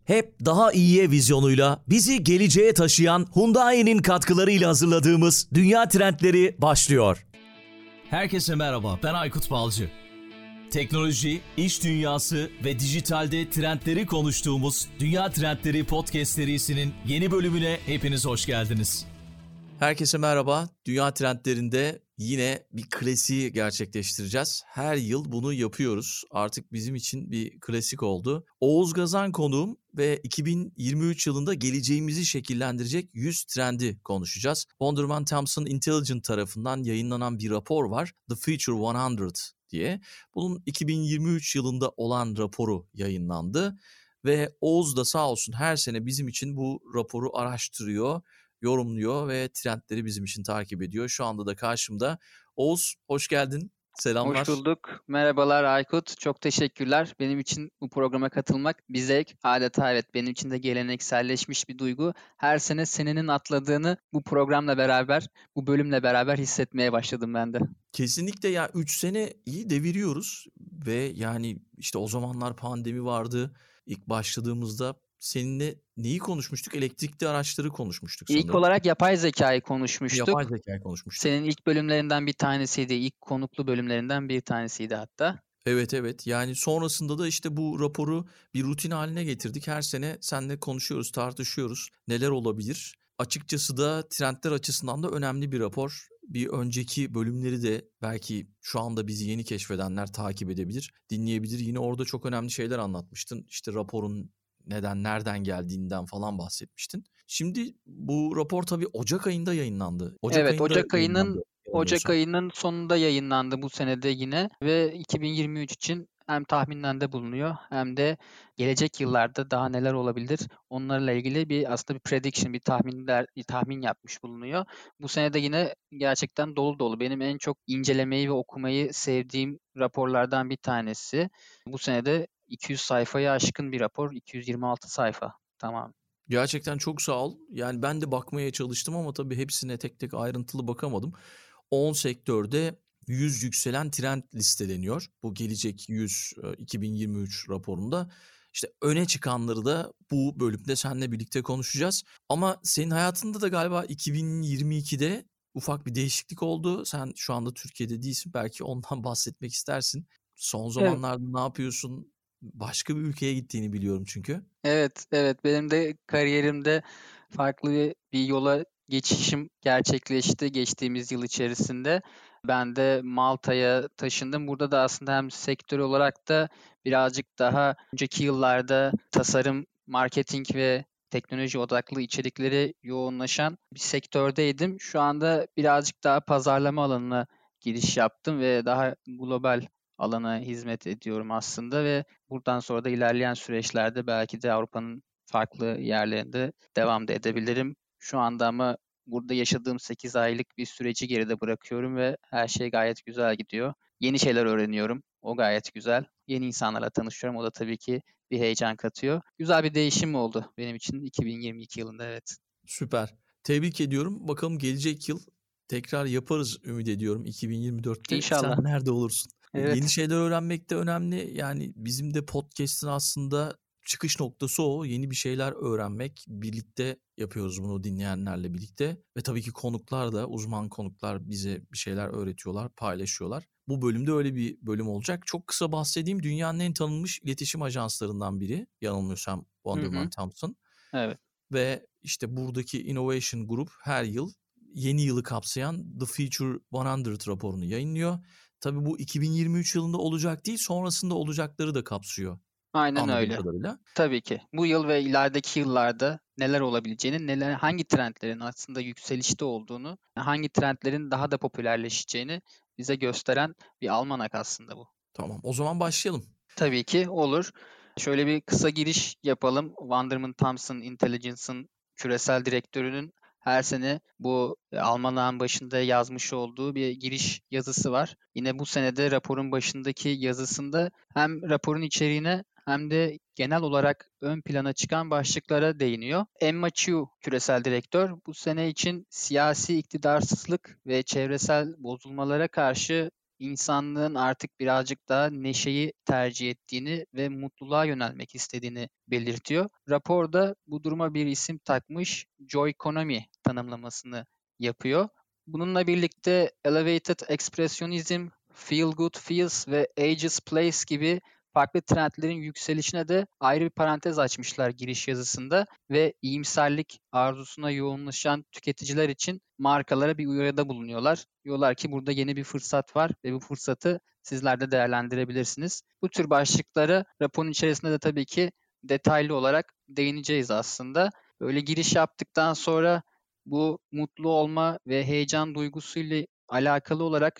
Hep daha iyiye vizyonuyla bizi geleceğe taşıyan Hyundai'nin katkılarıyla hazırladığımız Dünya Trendleri başlıyor. Herkese merhaba, ben Aykut Balcı. Teknoloji, iş dünyası ve dijitalde trendleri konuştuğumuz Dünya Trendleri Podcast serisinin yeni bölümüne hepiniz hoş geldiniz. Herkese merhaba. Dünya Trendlerinde yine bir klasiği gerçekleştireceğiz. Her yıl bunu yapıyoruz. Artık bizim için bir klasik oldu. Oğuz Gazan konuğum ve 2023 yılında geleceğimizi şekillendirecek 100 trendi konuşacağız. Wunderman Thompson Intelligence tarafından yayınlanan bir rapor var. The Future 100 diye. Bunun 2023 yılında olan raporu yayınlandı. Ve Oğuz da sağ olsun her sene bizim için bu raporu araştırıyor, yorumluyor ve trendleri bizim için takip ediyor. Şu anda da karşımda. Oğuz, hoş geldin. Selamlar. Hoş bulduk. Merhabalar Aykut. Çok teşekkürler. Benim için bu programa katılmak bir zevk. Adeta evet benim için de gelenekselleşmiş bir duygu. Her sene senenin atladığını bu programla beraber, bu bölümle beraber hissetmeye başladım ben de. Kesinlikle ya 3 sene iyi deviriyoruz ve yani işte o zamanlar pandemi vardı. İlk başladığımızda seninle neyi konuşmuştuk? Elektrikli araçları konuşmuştuk sanırım. İlk olarak yapay zekayı konuşmuştuk. Yapay zekayı konuşmuştuk. Senin ilk bölümlerinden bir tanesiydi. İlk konuklu bölümlerinden bir tanesiydi hatta. Evet. Yani sonrasında da işte bu raporu bir rutin haline getirdik. Her sene seninle konuşuyoruz, tartışıyoruz. Neler olabilir? Açıkçası da trendler açısından da önemli bir rapor. Bir önceki bölümleri de belki şu anda bizi yeni keşfedenler takip edebilir, dinleyebilir. Yine orada çok önemli şeyler anlatmıştın. İşte raporun nereden geldiğinden falan bahsetmiştin. Şimdi bu rapor tabii Ocak ayında yayınlandı. Ocak ayının sonunda yayınlandı bu senede yine ve 2023 için hem tahminlerde bulunuyor hem de gelecek yıllarda daha neler olabilir onlarla ilgili aslında bir prediction, bir tahmin yapmış bulunuyor. Bu sene de yine gerçekten dolu dolu. Benim en çok incelemeyi ve okumayı sevdiğim raporlardan bir tanesi. Bu sene de 200 sayfayı aşkın bir rapor, 226 sayfa. Tamam. Gerçekten çok sağ ol. Yani ben de bakmaya çalıştım ama tabii hepsine tek tek ayrıntılı bakamadım. 10 sektörde 100 yükselen trend listeleniyor. Bu gelecek 100 2023 raporunda. İşte öne çıkanları da bu bölümde seninle birlikte konuşacağız. Ama senin hayatında da galiba 2022'de ufak bir değişiklik oldu. Sen şu anda Türkiye'de değilsin. Belki ondan bahsetmek istersin. Son zamanlarda ne yapıyorsun? Başka bir ülkeye gittiğini biliyorum çünkü. Evet. Benim de kariyerimde farklı bir yola geçişim gerçekleşti geçtiğimiz yıl içerisinde. Ben de Malta'ya taşındım. Burada da aslında hem sektör olarak da birazcık daha önceki yıllarda tasarım, marketing ve teknoloji odaklı içeriklere yoğunlaşan bir sektördeydim. Şu anda birazcık daha pazarlama alanına giriş yaptım ve daha global alana hizmet ediyorum aslında ve buradan sonra da ilerleyen süreçlerde belki de Avrupa'nın farklı yerlerinde devam da edebilirim. Şu anda ama burada yaşadığım 8 aylık bir süreci geride bırakıyorum ve her şey gayet güzel gidiyor. Yeni şeyler öğreniyorum. O gayet güzel. Yeni insanlarla tanışıyorum. O da tabii ki bir heyecan katıyor. Güzel bir değişim oldu benim için 2022 yılında, evet. Süper. Tebrik ediyorum. Bakalım gelecek yıl tekrar yaparız ümit ediyorum 2024'te. İnşallah. Sen nerede olursun? Evet. Yeni şeyler öğrenmek de önemli. Yani bizim de podcast'ın aslında çıkış noktası o. Yeni bir şeyler öğrenmek. Birlikte yapıyoruz bunu dinleyenlerle birlikte. Ve tabii ki konuklar da, uzman konuklar bize bir şeyler öğretiyorlar, paylaşıyorlar. Bu bölümde öyle bir bölüm olacak. Çok kısa bahsedeyim. Dünyanın en tanınmış iletişim ajanslarından biri. Yanılmıyorsam Wunderman Thompson. Evet. Ve işte buradaki Innovation Group her yıl yeni yılı kapsayan The Future 100 raporunu yayınlıyor. Tabii bu 2023 yılında olacak değil, sonrasında olacakları da kapsıyor. Aynen Anladığım öyle. kadarıyla. Tabii ki. Bu yıl ve ilerideki yıllarda neler olabileceğini, hangi trendlerin aslında yükselişte olduğunu, hangi trendlerin daha da popülerleşeceğini bize gösteren bir almanak aslında bu. Tamam, o zaman başlayalım. Tabii ki olur. Şöyle bir kısa giriş yapalım. Wunderman Thompson Intelligence'ın küresel direktörünün her sene bu almanağın başında yazmış olduğu bir giriş yazısı var. Yine bu senede raporun başındaki yazısında hem raporun içeriğine hem de genel olarak ön plana çıkan başlıklara değiniyor. Emma Chu küresel direktör bu sene için siyasi iktidarsızlık ve çevresel bozulmalara karşı insanlığın artık birazcık daha neşeyi tercih ettiğini ve mutluluğa yönelmek istediğini belirtiyor. Raporda bu duruma bir isim takmış, joy economy tanımlamasını yapıyor. Bununla birlikte elevated expressionism, feel good feels ve ages place gibi farklı trendlerin yükselişine de ayrı bir parantez açmışlar giriş yazısında ve iyimserlik arzusuna yoğunlaşan tüketiciler için markalara bir uyarıda bulunuyorlar. Diyorlar ki burada yeni bir fırsat var ve bu fırsatı sizler de değerlendirebilirsiniz. Bu tür başlıklara raporun içerisinde de tabii ki detaylı olarak değineceğiz aslında. Böyle giriş yaptıktan sonra bu mutlu olma ve heyecan duygusuyla alakalı olarak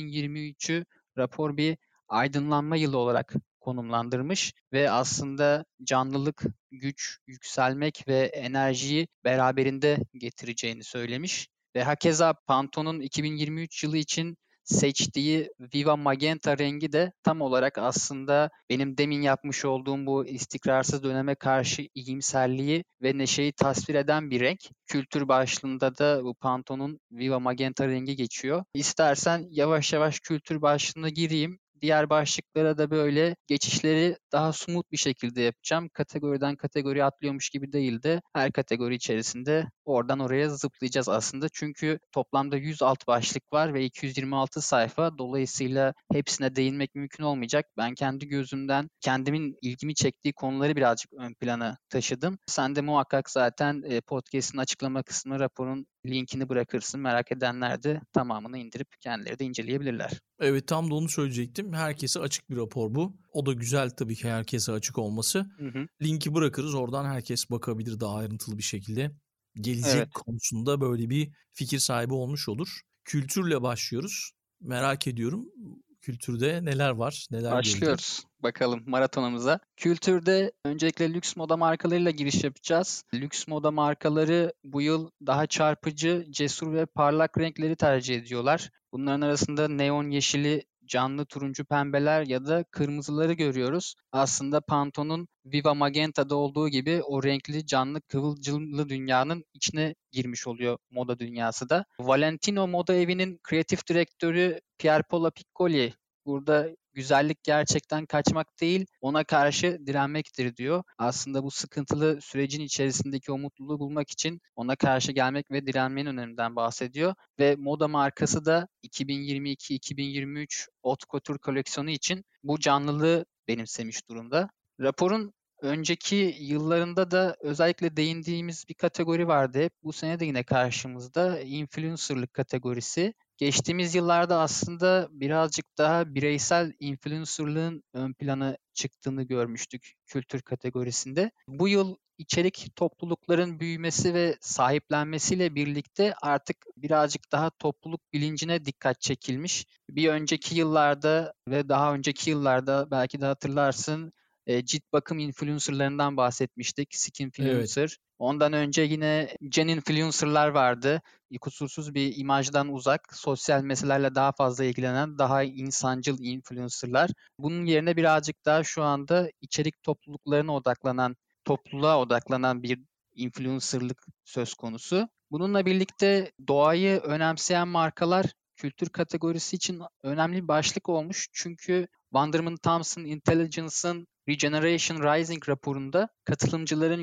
2023'ü rapor bir aydınlanma yılı olarak konumlandırmış ve aslında canlılık, güç, yükselmek ve enerjiyi beraberinde getireceğini söylemiş. Ve hakeza Pantone'un 2023 yılı için seçtiği Viva Magenta rengi de tam olarak aslında benim demin yapmış olduğum bu istikrarsız döneme karşı iyimserliği ve neşeyi tasvir eden bir renk. Kültür başlığında da bu Pantone'un Viva Magenta rengi geçiyor. İstersen yavaş yavaş kültür başlığına gireyim. Diğer başlıklara da böyle geçişleri daha smooth bir şekilde yapacağım. Kategoriden kategoriye atlıyormuş gibi değil de her kategori içerisinde oradan oraya zıplayacağız aslında. Çünkü toplamda 100 alt başlık var ve 226 sayfa. Dolayısıyla hepsine değinmek mümkün olmayacak. Ben kendi gözümden kendimin ilgimi çektiği konuları birazcık ön plana taşıdım. Sen de muhakkak zaten podcast'ın açıklama kısmına raporun linkini bırakırsın. Merak edenler de tamamını indirip kendileri de inceleyebilirler. Evet, tam da onu söyleyecektim. Herkese açık bir rapor bu. O da güzel tabii ki herkese açık olması. Hı. Linki bırakırız, oradan herkes bakabilir daha ayrıntılı bir şekilde. Gelecek Evet. konusunda böyle bir fikir sahibi olmuş olur. Kültürle başlıyoruz. Merak ediyorum kültürde neler var, neler göreceğiz. Başlıyoruz bakalım maratonumuza. Kültürde öncelikle lüks moda markalarıyla giriş yapacağız. Lüks moda markaları bu yıl daha çarpıcı, cesur ve parlak renkleri tercih ediyorlar. Bunların arasında neon yeşili, canlı turuncu pembeler ya da kırmızıları görüyoruz. Aslında Pantone'un Viva Magenta'da olduğu gibi o renkli, canlı, kıvılcımlı dünyanın içine girmiş oluyor moda dünyası da. Valentino Moda Evi'nin kreatif direktörü Pierpaolo Piccoli burada güzellik gerçekten kaçmak değil, ona karşı direnmektir diyor. Aslında bu sıkıntılı sürecin içerisindeki o mutluluğu bulmak için ona karşı gelmek ve direnmenin öneminden bahsediyor. Ve moda markası da 2022-2023 Haute Couture koleksiyonu için bu canlılığı benimsemiş durumda. Raporun önceki yıllarında da özellikle değindiğimiz bir kategori vardı hep. Bu sene de yine karşımızda influencerlık kategorisi. Geçtiğimiz yıllarda aslında birazcık daha bireysel influencerlığın ön plana çıktığını görmüştük kültür kategorisinde. Bu yıl içerik toplulukların büyümesi ve sahiplenmesiyle birlikte artık birazcık daha topluluk bilincine dikkat çekilmiş. Bir önceki yıllarda ve daha önceki yıllarda belki de hatırlarsın cilt bakım influencerlarından bahsetmiştik. Skinfluencer. Evet. Ondan önce yine Gen influencerlar vardı. Kusursuz bir imajdan uzak, sosyal meselelerle daha fazla ilgilenen, daha insancıl influencerlar. Bunun yerine birazcık daha şu anda içerik topluluklarına odaklanan, topluluğa odaklanan bir influencerlık söz konusu. Bununla birlikte doğayı önemseyen markalar kültür kategorisi için önemli bir başlık olmuş. Çünkü Wunderman Thompson Intelligence'ın Regeneration Rising raporunda katılımcıların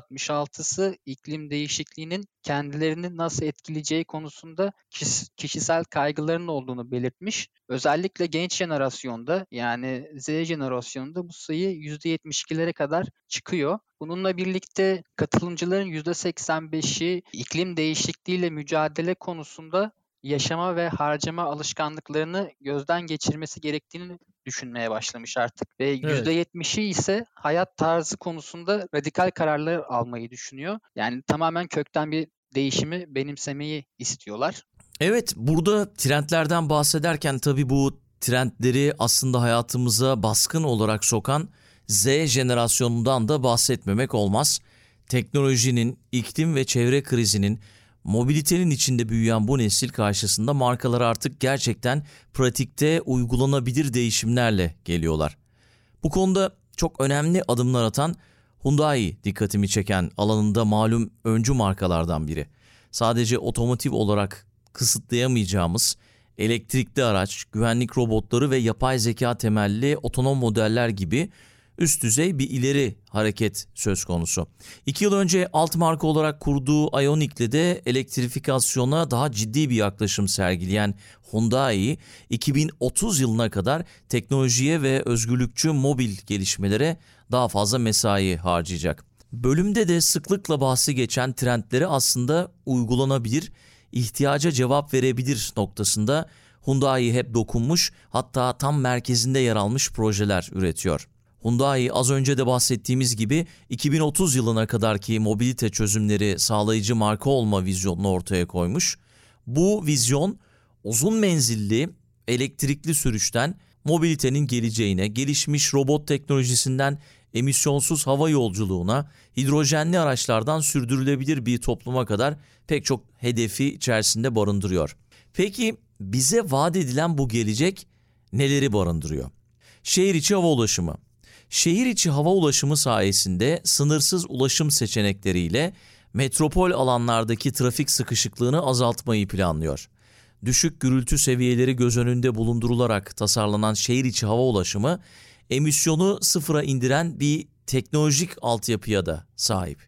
%66'sı iklim değişikliğinin kendilerini nasıl etkileyeceği konusunda kişisel kaygılarının olduğunu belirtmiş. Özellikle genç jenerasyonda yani Z jenerasyonunda bu sayı %72'lere kadar çıkıyor. Bununla birlikte katılımcıların %85'i iklim değişikliğiyle mücadele konusunda yaşama ve harcama alışkanlıklarını gözden geçirmesi gerektiğini düşünmeye başlamış artık. Ve %70'i ise hayat tarzı konusunda radikal kararlar almayı düşünüyor. Yani tamamen kökten bir değişimi benimsemeyi istiyorlar. Evet, burada trendlerden bahsederken tabii bu trendleri aslında hayatımıza baskın olarak sokan Z jenerasyonundan da bahsetmemek olmaz. Teknolojinin, iklim ve çevre krizinin, mobilitenin içinde büyüyen bu nesil karşısında markalar artık gerçekten pratikte uygulanabilir değişimlerle geliyorlar. Bu konuda çok önemli adımlar atan Hyundai dikkatimi çeken alanında malum öncü markalardan biri. Sadece otomotiv olarak kısıtlayamayacağımız Elektrikli araç, güvenlik robotları ve yapay zeka temelli otonom modeller gibi üst düzey bir ileri hareket söz konusu. 2 yıl önce alt marka olarak kurduğu Ioniq'le de elektrifikasyona daha ciddi bir yaklaşım sergileyen Hyundai, 2030 yılına kadar teknolojiye ve özgürlükçü mobil gelişmelere daha fazla mesai harcayacak. Bölümde de sıklıkla bahsi geçen trendleri aslında uygulanabilir, ihtiyaca cevap verebilir noktasında Hyundai hep dokunmuş, hatta tam merkezinde yer almış projeler üretiyor. Hyundai az önce de bahsettiğimiz gibi 2030 yılına kadarki mobilite çözümleri sağlayıcı marka olma vizyonunu ortaya koymuş. Bu vizyon uzun menzilli elektrikli sürüşten mobilitenin geleceğine, gelişmiş robot teknolojisinden emisyonsuz hava yolculuğuna, hidrojenli araçlardan sürdürülebilir bir topluma kadar pek çok hedefi içerisinde barındırıyor. Peki bize vaat edilen bu gelecek neleri barındırıyor? Şehir içi hava ulaşımı. Şehir içi hava ulaşımı sayesinde sınırsız ulaşım seçenekleriyle metropol alanlardaki trafik sıkışıklığını azaltmayı planlıyor. Düşük gürültü seviyeleri göz önünde bulundurularak tasarlanan şehir içi hava ulaşımı, emisyonu sıfıra indiren bir teknolojik altyapıya da sahip.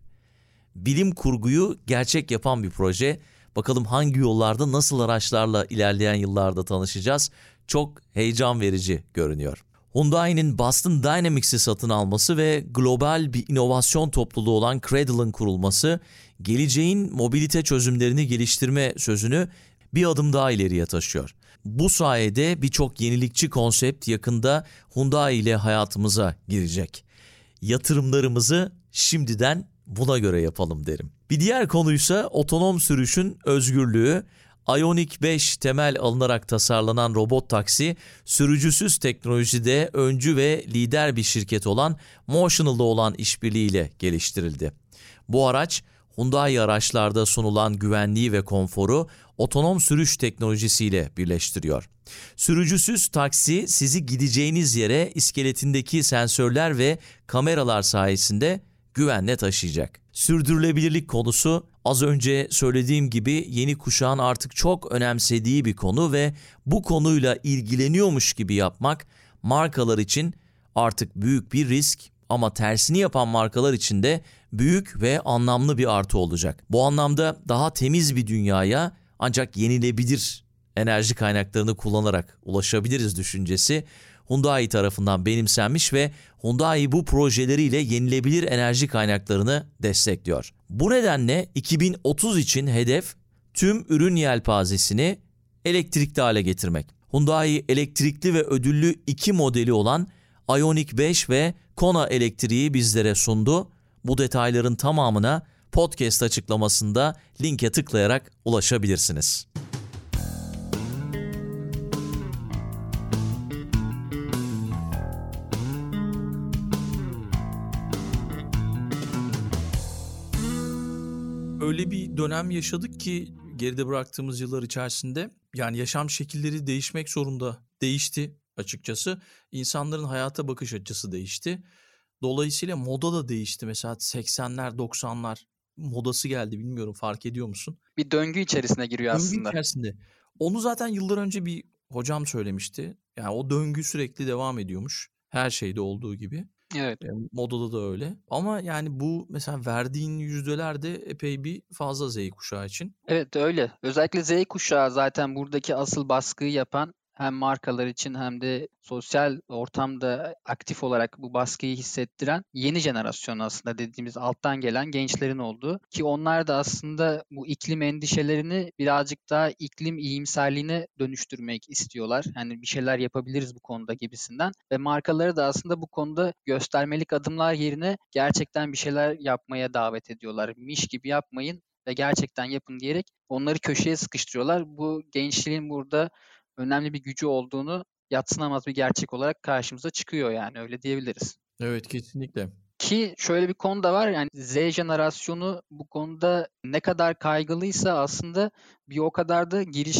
Bilim kurguyu gerçek yapan bir proje. Bakalım hangi yollarda, nasıl araçlarla ilerleyen yıllarda tanışacağız. Çok heyecan verici görünüyor. Hyundai'nin Boston Dynamics'i satın alması ve global bir inovasyon topluluğu olan Cradle'ın kurulması, geleceğin mobilite çözümlerini geliştirme sözünü bir adım daha ileriye taşıyor. Bu sayede birçok yenilikçi konsept yakında Hyundai ile hayatımıza girecek. Yatırımlarımızı şimdiden buna göre yapalım derim. Bir diğer konuysa otonom sürüşün özgürlüğü. Ioniq 5 temel alınarak tasarlanan robot taksi, sürücüsüz teknolojide öncü ve lider bir şirket olan Motional'da olan işbirliğiyle geliştirildi. Bu araç, Hyundai araçlarda sunulan güvenliği ve konforu otonom sürüş teknolojisiyle birleştiriyor. Sürücüsüz taksi sizi gideceğiniz yere iskeletindeki sensörler ve kameralar sayesinde güvenle taşıyacak. Sürdürülebilirlik konusu az önce söylediğim gibi yeni kuşağın artık çok önemsediği bir konu ve bu konuyla ilgileniyormuş gibi yapmak markalar için artık büyük bir risk, ama tersini yapan markalar için de büyük ve anlamlı bir artı olacak. Bu anlamda daha temiz bir dünyaya ancak yenilebilir enerji kaynaklarını kullanarak ulaşabiliriz düşüncesi Hyundai tarafından benimsenmiş ve Hyundai bu projeleriyle yenilebilir enerji kaynaklarını destekliyor. Bu nedenle 2030 için hedef tüm ürün yelpazesini elektrikli hale getirmek. Hyundai elektrikli ve ödüllü 2 modeli olan Ioniq 5 ve Kona elektriği bizlere sundu. Bu detayların tamamına podcast açıklamasında linke tıklayarak ulaşabilirsiniz. Öyle bir dönem yaşadık ki geride bıraktığımız yıllar içerisinde, yani yaşam şekilleri değişmek zorunda, değişti açıkçası. İnsanların hayata bakış açısı değişti. Dolayısıyla moda da değişti. Mesela 80'ler 90'lar modası geldi, bilmiyorum fark ediyor musun? Bir döngü içerisine giriyor Döngü aslında. içerisinde. Onu zaten yıllar önce bir hocam söylemişti. Yani o döngü sürekli devam ediyormuş. Her şeyde olduğu gibi. Evet. Modada da öyle. Ama yani bu mesela verdiğin yüzdeler de epey bir fazla Z kuşağı için. Evet öyle. Özellikle Z kuşağı zaten buradaki asıl baskıyı yapan, hem markalar için hem de sosyal ortamda aktif olarak bu baskıyı hissettiren yeni jenerasyon, aslında dediğimiz alttan gelen gençlerin olduğu, ki onlar da aslında bu iklim endişelerini birazcık daha iklim iyimserliğine dönüştürmek istiyorlar. Yani bir şeyler yapabiliriz bu konuda gibisinden, ve markaları da aslında bu konuda göstermelik adımlar yerine gerçekten bir şeyler yapmaya davet ediyorlar. Miş gibi yapmayın ve gerçekten yapın diyerek onları köşeye sıkıştırıyorlar. Bu gençliğin burada önemli bir gücü olduğunu yadsınamaz bir gerçek olarak karşımıza çıkıyor, yani öyle diyebiliriz. Evet, kesinlikle. Ki şöyle bir konu da var, yani Z jenerasyonu bu konuda ne kadar kaygılıysa aslında bir o kadar da girişken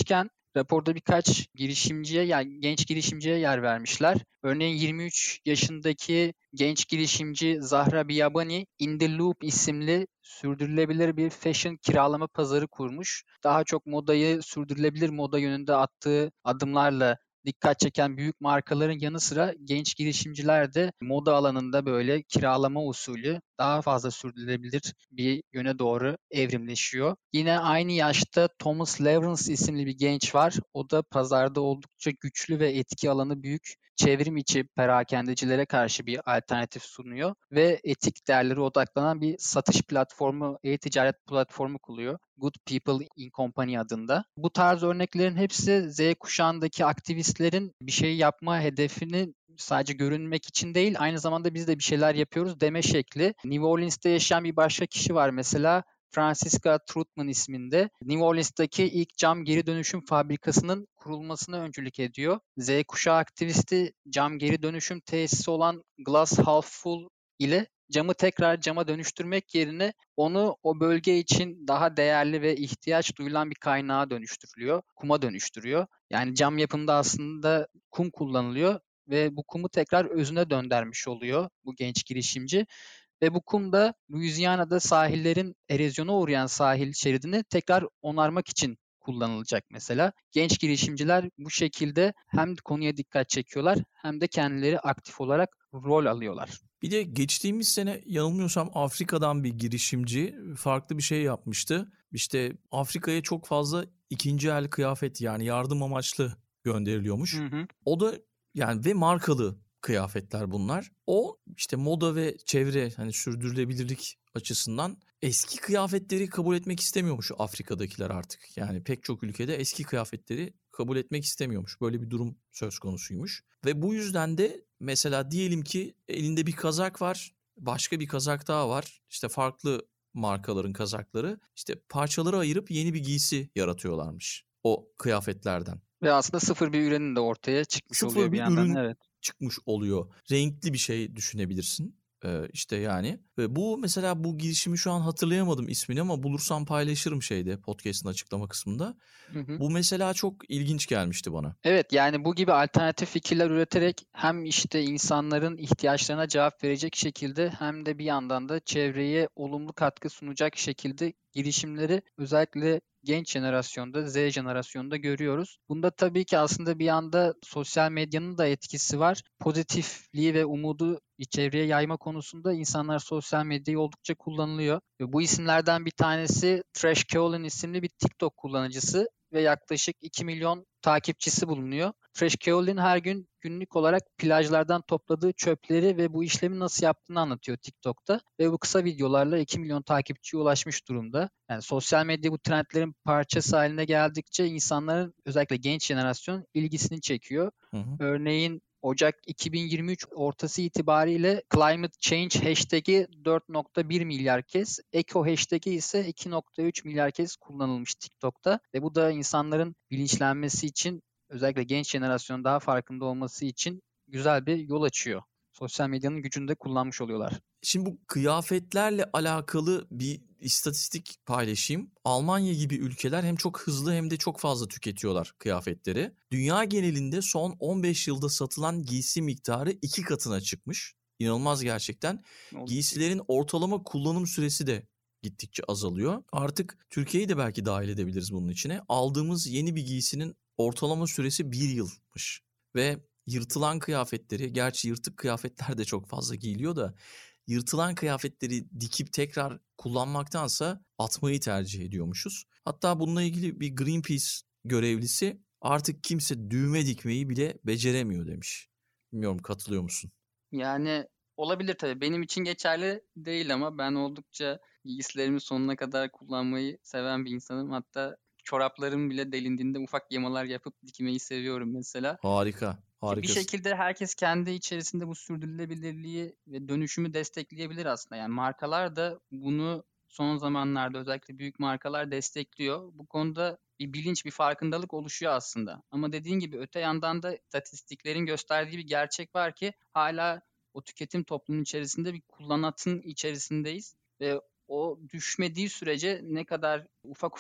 Raporda birkaç girişimciye, yani genç girişimciye yer vermişler. Örneğin 23 yaşındaki genç girişimci Zahra Biyabani, In The Loop isimli sürdürülebilir bir fashion kiralama pazarı kurmuş. Daha çok modayı sürdürülebilir moda yönünde attığı adımlarla dikkat çeken büyük markaların yanı sıra genç girişimciler de moda alanında böyle kiralama usulü daha fazla sürdürülebilir bir yöne doğru evrimleşiyor. Yine aynı yaşta Thomas Lawrence isimli bir genç var. O da pazarda oldukça güçlü ve etki alanı büyük çevrim içi perakendecilere karşı bir alternatif sunuyor ve etik değerlere odaklanan bir satış platformu, e-ticaret platformu kuruyor. Good People in Company adında. Bu tarz örneklerin hepsi Z kuşağındaki aktivistlerin bir şey yapma hedefini sadece görünmek için değil, aynı zamanda biz de bir şeyler yapıyoruz deme şekli. New Orleans'te yaşayan bir başka kişi var mesela. Francisca Trutman isminde New Orleans'taki ilk cam geri dönüşüm fabrikasının kurulmasına öncülük ediyor. Z kuşağı aktivisti cam geri dönüşüm tesisi olan Glass Half Full ile camı tekrar cama dönüştürmek yerine onu o bölge için daha değerli ve ihtiyaç duyulan bir kaynağa dönüştürülüyor. Kuma dönüştürüyor. Yani cam yapımında aslında kum kullanılıyor ve bu kumu tekrar özüne döndürmüş oluyor bu genç girişimci. Ve bu kum da Louisiana'da sahillerin erozyona uğrayan sahil şeridini tekrar onarmak için kullanılacak mesela. Genç girişimciler bu şekilde hem konuya dikkat çekiyorlar hem de kendileri aktif olarak rol alıyorlar. Bir de geçtiğimiz sene yanılmıyorsam Afrika'dan bir girişimci farklı bir şey yapmıştı. İşte Afrika'ya çok fazla ikinci el kıyafet, yani yardım amaçlı gönderiliyormuş. Hı hı. O da yani ve markalı kıyafetler bunlar. O işte moda ve çevre, hani sürdürülebilirlik açısından eski kıyafetleri kabul etmek istemiyormuş Afrika'dakiler artık. Yani pek çok ülkede eski kıyafetleri kabul etmek istemiyormuş. Böyle bir durum söz konusuymuş. Ve bu yüzden de mesela diyelim ki elinde bir kazak var, başka bir kazak daha var. İşte farklı markaların kazakları, işte parçaları ayırıp yeni bir giysi yaratıyorlarmış o kıyafetlerden. Ve aslında sıfır bir ürünün de ortaya çıkmış oluyor Sıfır bir bir yandan. ürün Evet. çıkmış oluyor. Renkli bir şey düşünebilirsin. İşte yani. Ve bu mesela, bu girişimi şu an hatırlayamadım ismini ama bulursam paylaşırım şeyde, podcast'ın açıklama kısmında. Hı hı. Bu mesela çok ilginç gelmişti bana. Evet, yani bu gibi alternatif fikirler üreterek hem işte insanların ihtiyaçlarına cevap verecek şekilde hem de bir yandan da çevreye olumlu katkı sunacak şekilde girişimleri özellikle genç jenerasyonda, Z jenerasyonda görüyoruz. Bunda tabii ki aslında bir yanda sosyal medyanın da etkisi var. Pozitifliği ve umudu çevreye yayma konusunda insanlar sosyal medyayı oldukça kullanılıyor. Ve bu isimlerden bir tanesi Trash Keolin isimli bir TikTok kullanıcısı ve yaklaşık 2 milyon takipçisi bulunuyor. Trash Keolin her gün günlük olarak plajlardan topladığı çöpleri ve bu işlemi nasıl yaptığını anlatıyor TikTok'ta. Ve bu kısa videolarla 2 milyon takipçiye ulaşmış durumda. Yani sosyal medya bu trendlerin parçası haline geldikçe insanların, özellikle genç jenerasyon, ilgisini çekiyor. Hı hı. Örneğin Ocak 2023 ortası itibariyle Climate Change hashtag'i 4.1 milyar kez, Eco hashtag'i ise 2.3 milyar kez kullanılmış TikTok'ta. Ve bu da insanların bilinçlenmesi için, özellikle genç jenerasyonun daha farkında olması için güzel bir yol açıyor. Sosyal medyanın gücünü de kullanmış oluyorlar. Şimdi bu kıyafetlerle alakalı bir istatistik paylaşayım. Almanya gibi ülkeler hem çok hızlı hem de çok fazla tüketiyorlar kıyafetleri. Dünya genelinde son 15 yılda satılan giysi miktarı 2 katına çıkmış. İnanılmaz gerçekten. Giysilerin ortalama kullanım süresi de gittikçe azalıyor. Artık Türkiye'yi de belki dahil edebiliriz bunun içine. Aldığımız yeni bir giysinin ortalama süresi 1 yılmış. Ve yırtılan kıyafetleri, gerçi yırtık kıyafetler de çok fazla giyiliyor da, yırtılan kıyafetleri dikip tekrar kullanmaktansa atmayı tercih ediyormuşuz. Hatta bununla ilgili bir Greenpeace görevlisi artık kimse düğme dikmeyi bile beceremiyor demiş. Bilmiyorum, katılıyor musun? Yani olabilir tabii. Benim için geçerli değil ama ben oldukça giysilerimi sonuna kadar kullanmayı seven bir insanım. Hatta çoraplarım bile delindiğinde ufak yamalar yapıp dikmeyi seviyorum mesela. Harika, Bir harikasın. şekilde herkes kendi içerisinde bu sürdürülebilirliği ve dönüşümü destekleyebilir aslında. Yani markalar da bunu son zamanlarda, özellikle büyük markalar destekliyor. Bu konuda bir bilinç, bir farkındalık oluşuyor aslında. Ama dediğin gibi öte yandan da istatistiklerin gösterdiği bir gerçek var ki hala o tüketim toplumunun içerisinde bir kullanatın içerisindeyiz ve o düşmediği sürece ne kadar ufak ufak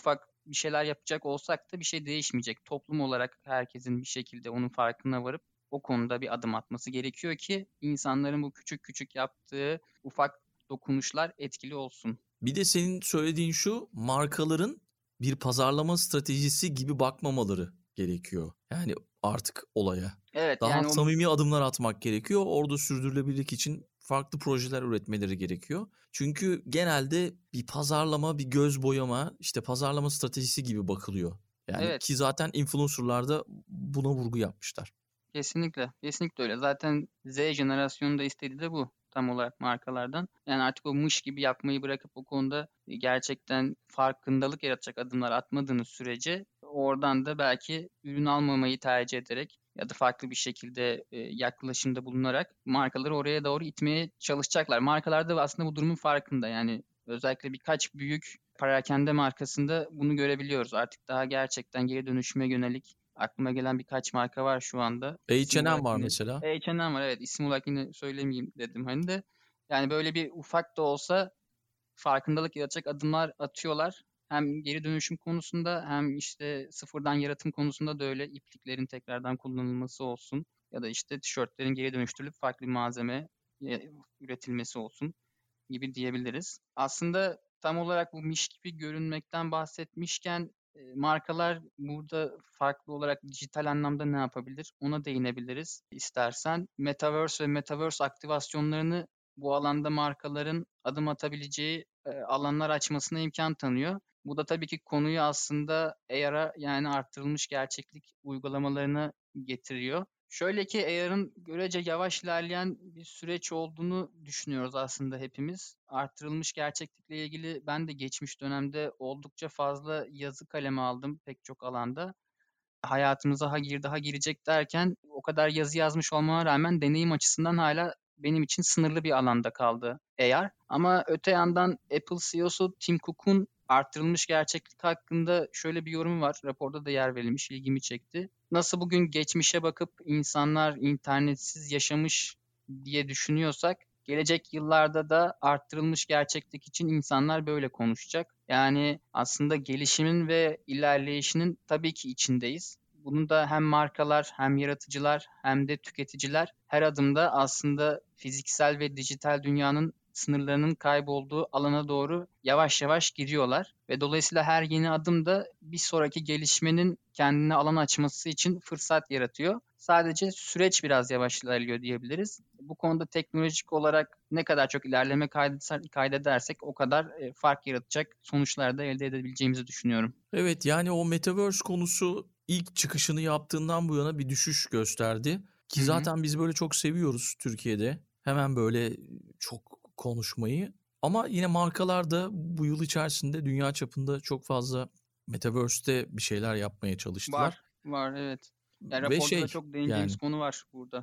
bir şeyler yapacak olsak da bir şey değişmeyecek. Toplum olarak herkesin bir şekilde onun farkına varıp o konuda bir adım atması gerekiyor ki insanların bu küçük küçük yaptığı ufak dokunuşlar etkili olsun. Bir de senin söylediğin şu, markaların bir pazarlama stratejisi gibi bakmamaları gerekiyor. Yani artık olaya. Evet, Daha yani o samimi adımlar atmak gerekiyor. Orada sürdürülebilirlik için farklı projeler üretmeleri gerekiyor. Çünkü genelde bir pazarlama, bir göz boyama, işte pazarlama stratejisi gibi bakılıyor. Yani evet. ki zaten influencer'lar da buna vurgu yapmışlar. Kesinlikle. Kesinlikle öyle. Zaten Z jenerasyonu da istediği de bu tam olarak markalardan. Yani artık o mış gibi yapmayı bırakıp o konuda gerçekten farkındalık yaratacak adımlar atmadığınız sürece oradan da belki ürün almamayı tercih ederek ya da farklı bir şekilde yaklaşımda bulunarak markaları oraya doğru itmeye çalışacaklar. Markalar da aslında bu durumun farkında. Yani özellikle birkaç büyük perakende markasında bunu görebiliyoruz. Artık daha gerçekten geri dönüşüme yönelik aklıma gelen birkaç marka var şu anda. İsim H&M olarak var yine mesela. H&M var, evet, isim olarak yine söylemeyeyim dedim hani de. Yani böyle bir ufak da olsa farkındalık yaratacak adımlar atıyorlar. Hem geri dönüşüm konusunda hem işte sıfırdan yaratım konusunda da öyle, ipliklerin tekrardan kullanılması olsun ya da işte tişörtlerin geri dönüştürülüp farklı bir malzeme üretilmesi olsun gibi diyebiliriz. Aslında tam olarak bu miş gibi görünmekten bahsetmişken markalar burada farklı olarak dijital anlamda ne yapabilir? Ona değinebiliriz istersen. Metaverse ve Metaverse aktivasyonlarını bu alanda markaların adım atabileceği alanlar açmasına imkan tanıyor. Bu da tabii ki konuyu aslında AR'a, yani arttırılmış gerçeklik uygulamalarına getiriyor. Şöyle ki AR'ın görece yavaş ilerleyen bir süreç olduğunu düşünüyoruz aslında hepimiz. Artırılmış gerçeklikle ilgili ben de geçmiş dönemde oldukça fazla yazı kaleme aldım pek çok alanda. Hayatımıza ha girdi ha girecek derken o kadar yazı yazmış olmama rağmen deneyim açısından hala benim için sınırlı bir alanda kaldı AR. Ama öte yandan Apple CEO'su Tim Cook'un artırılmış gerçeklik hakkında şöyle bir yorumu var. Raporda da yer verilmiş, ilgimi çekti. Nasıl bugün geçmişe bakıp insanlar internetsiz yaşamış diye düşünüyorsak, gelecek yıllarda da arttırılmış gerçeklik için insanlar böyle konuşacak. Yani aslında gelişimin ve ilerleyişinin tabii ki içindeyiz. Bunu da hem markalar hem yaratıcılar hem de tüketiciler her adımda aslında fiziksel ve dijital dünyanın sınırlarının kaybolduğu alana doğru yavaş yavaş giriyorlar. Ve dolayısıyla her yeni adım da bir sonraki gelişmenin kendine alan açması için fırsat yaratıyor. Sadece süreç biraz yavaş ilerliyor diyebiliriz. Bu konuda teknolojik olarak ne kadar çok ilerleme kaydedersek o kadar fark yaratacak sonuçlar da elde edebileceğimizi düşünüyorum. Evet, yani o Metaverse konusu ilk çıkışını yaptığından bu yana bir düşüş gösterdi. Hı Ki hı. zaten biz böyle çok seviyoruz Türkiye'de. Hemen böyle çok konuşmayı. Ama yine markalar da bu yıl içerisinde dünya çapında çok fazla Metaverse'te bir şeyler yapmaya çalıştılar. Var, var, evet. Yani Ve raporda da çok değineceğimiz yani konu var burada.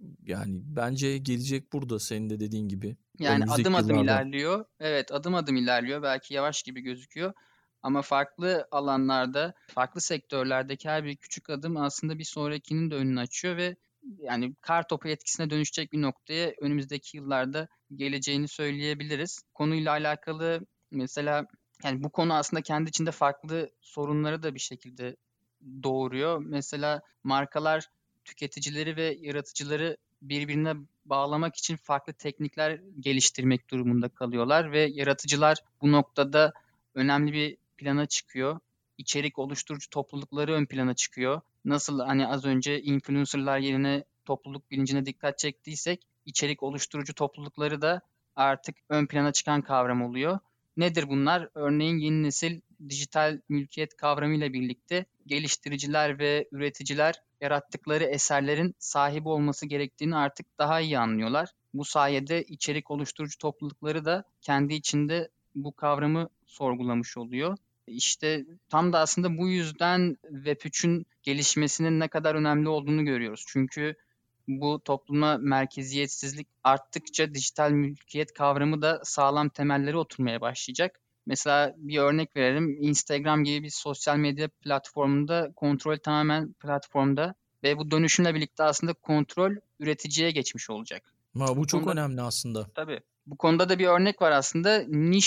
bence gelecek burada senin de dediğin gibi. Yani adım Önümüzdeki adım yıllarda. ilerliyor. Evet, adım adım ilerliyor. Belki yavaş gibi gözüküyor. Ama farklı alanlarda, farklı sektörlerdeki her bir küçük adım aslında bir sonrakinin de önünü açıyor ve yani kar topu etkisine dönüşecek bir noktaya önümüzdeki yıllarda geleceğini söyleyebiliriz. Konuyla alakalı mesela, yani bu konu aslında kendi içinde farklı sorunları da bir şekilde doğuruyor. Mesela markalar tüketicileri ve yaratıcıları birbirine bağlamak için farklı teknikler geliştirmek durumunda kalıyorlar ve yaratıcılar bu noktada önemli bir plana çıkıyor. İçerik oluşturucu toplulukları ön plana çıkıyor. Nasıl hani az önce influencerlar yerine topluluk bilincine dikkat çektiysek, içerik oluşturucu toplulukları da artık ön plana çıkan kavram oluyor. Nedir bunlar? Örneğin yeni nesil dijital mülkiyet kavramıyla birlikte geliştiriciler ve üreticiler yarattıkları eserlerin sahibi olması gerektiğini artık daha iyi anlıyorlar. Bu sayede içerik oluşturucu toplulukları da kendi içinde bu kavramı sorgulamış oluyor. İşte tam da aslında bu yüzden Web3'ün gelişmesinin ne kadar önemli olduğunu görüyoruz. Çünkü bu topluma merkeziyetsizlik arttıkça dijital mülkiyet kavramı da sağlam temelleri oturmaya başlayacak. Mesela bir örnek verelim. Instagram gibi bir sosyal medya platformunda kontrol tamamen platformda ve bu dönüşümle birlikte aslında kontrol üreticiye geçmiş olacak. Bu Bu çok konuda önemli aslında. tabii bu konuda da bir örnek var aslında. Niş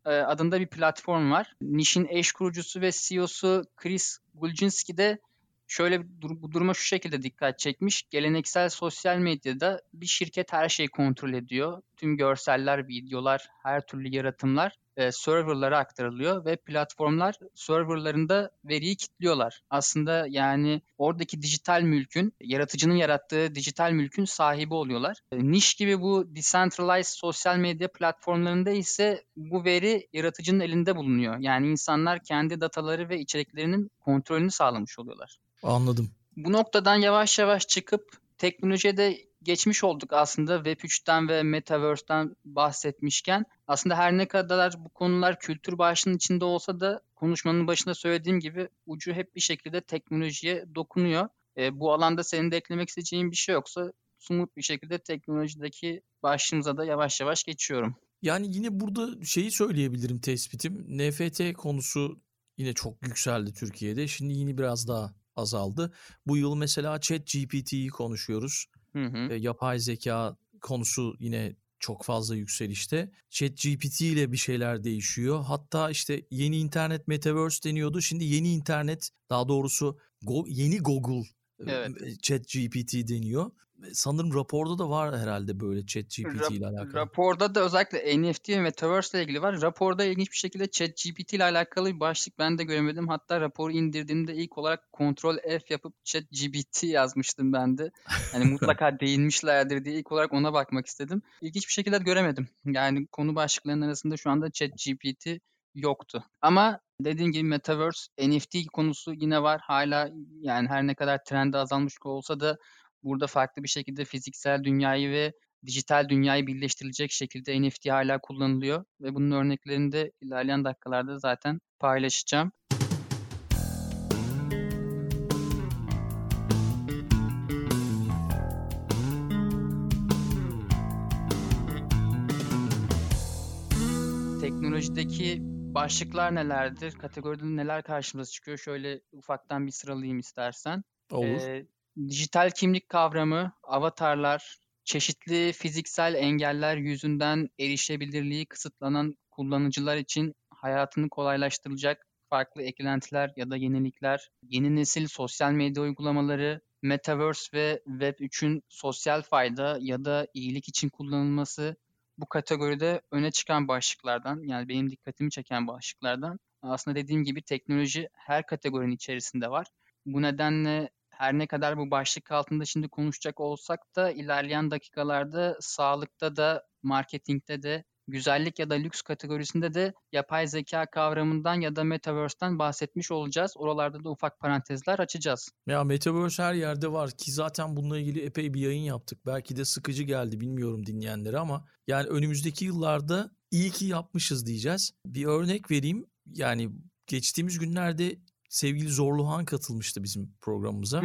adında bir platform var. Niş'in eş kurucusu ve CEO'su Chris Gulczynski de şöyle bu duruma şu şekilde dikkat çekmiş. Geleneksel sosyal medyada bir şirket her şeyi kontrol ediyor. Tüm görseller, videolar, her türlü yaratımlar serverlara aktarılıyor ve platformlar serverlarında veriyi kilitliyorlar. Aslında yani oradaki dijital mülkün, yaratıcının yarattığı dijital mülkün sahibi oluyorlar. Niş gibi bu decentralized sosyal medya platformlarında ise bu veri yaratıcının elinde bulunuyor. Yani insanlar kendi dataları ve içeriklerinin kontrolünü sağlamış oluyorlar. Anladım. Bu noktadan yavaş yavaş çıkıp teknolojiye de geçmiş olduk aslında. Web3'ten ve Metaverse'den bahsetmişken. Aslında her ne kadar bu konular kültür başlığının içinde olsa da konuşmanın başında söylediğim gibi ucu hep bir şekilde teknolojiye dokunuyor. Bu alanda senin de eklemek isteyeceğin bir şey yoksa somut bir şekilde teknolojideki başlığımıza da yavaş yavaş geçiyorum. Yani yine burada şeyi söyleyebilirim tespitim. NFT konusu yine çok yükseldi Türkiye'de. Şimdi yine biraz daha azaldı. Bu yıl mesela ChatGPT'yi konuşuyoruz. Yapay zeka konusu yine çok fazla yükselişte. ChatGPT ile bir şeyler değişiyor. Hatta işte yeni internet Metaverse deniyordu. Şimdi yeni internet, daha doğrusu yeni Google Evet. ChatGPT deniyor. Sanırım raporda da var herhalde böyle ChatGPT ile alakalı. Raporda da özellikle NFT ve Metaverse ile ilgili var. Raporda ilginç bir şekilde ChatGPT ile alakalı bir başlık ben de göremedim. Hatta raporu indirdiğimde ilk olarak Ctrl F yapıp ChatGPT yazmıştım ben de. Hani mutlaka değinmişlerdir diye ilk olarak ona bakmak istedim. İlginç bir şekilde göremedim. Yani konu başlıklarının arasında şu anda ChatGPT yoktu. Ama dediğim gibi Metaverse, NFT konusu yine var. Hala yani her ne kadar trendi azalmış olsa da burada farklı bir şekilde fiziksel dünyayı ve dijital dünyayı birleştirilecek şekilde NFT hala kullanılıyor ve bunun örneklerini de ilerleyen dakikalarda zaten paylaşacağım. Teknolojideki başlıklar nelerdir? Kategoride neler karşımıza çıkıyor? Şöyle ufaktan bir sıralayayım istersen. Olur. Dijital kimlik kavramı, avatarlar, çeşitli fiziksel engeller yüzünden erişebilirliği kısıtlanan kullanıcılar için hayatını kolaylaştıracak farklı eklentiler ya da yenilikler, yeni nesil sosyal medya uygulamaları, Metaverse ve Web3'ün sosyal fayda ya da iyilik için kullanılması bu kategoride öne çıkan başlıklardan, yani benim dikkatimi çeken başlıklardan. Aslında dediğim gibi teknoloji her kategorinin içerisinde var. Bu nedenle her ne kadar bu başlık altında şimdi konuşacak olsak da ilerleyen dakikalarda sağlıkta da, marketingte de, güzellik ya da lüks kategorisinde de yapay zeka kavramından ya da Metaverse'ten bahsetmiş olacağız. Oralarda da ufak parantezler açacağız. Ya Metaverse her yerde var ki zaten bununla ilgili epey bir yayın yaptık. Belki de sıkıcı geldi bilmiyorum dinleyenlere ama yani önümüzdeki yıllarda iyi ki yapmışız diyeceğiz. Bir örnek vereyim. Yani geçtiğimiz günlerde sevgili Zorluhan katılmıştı bizim programımıza.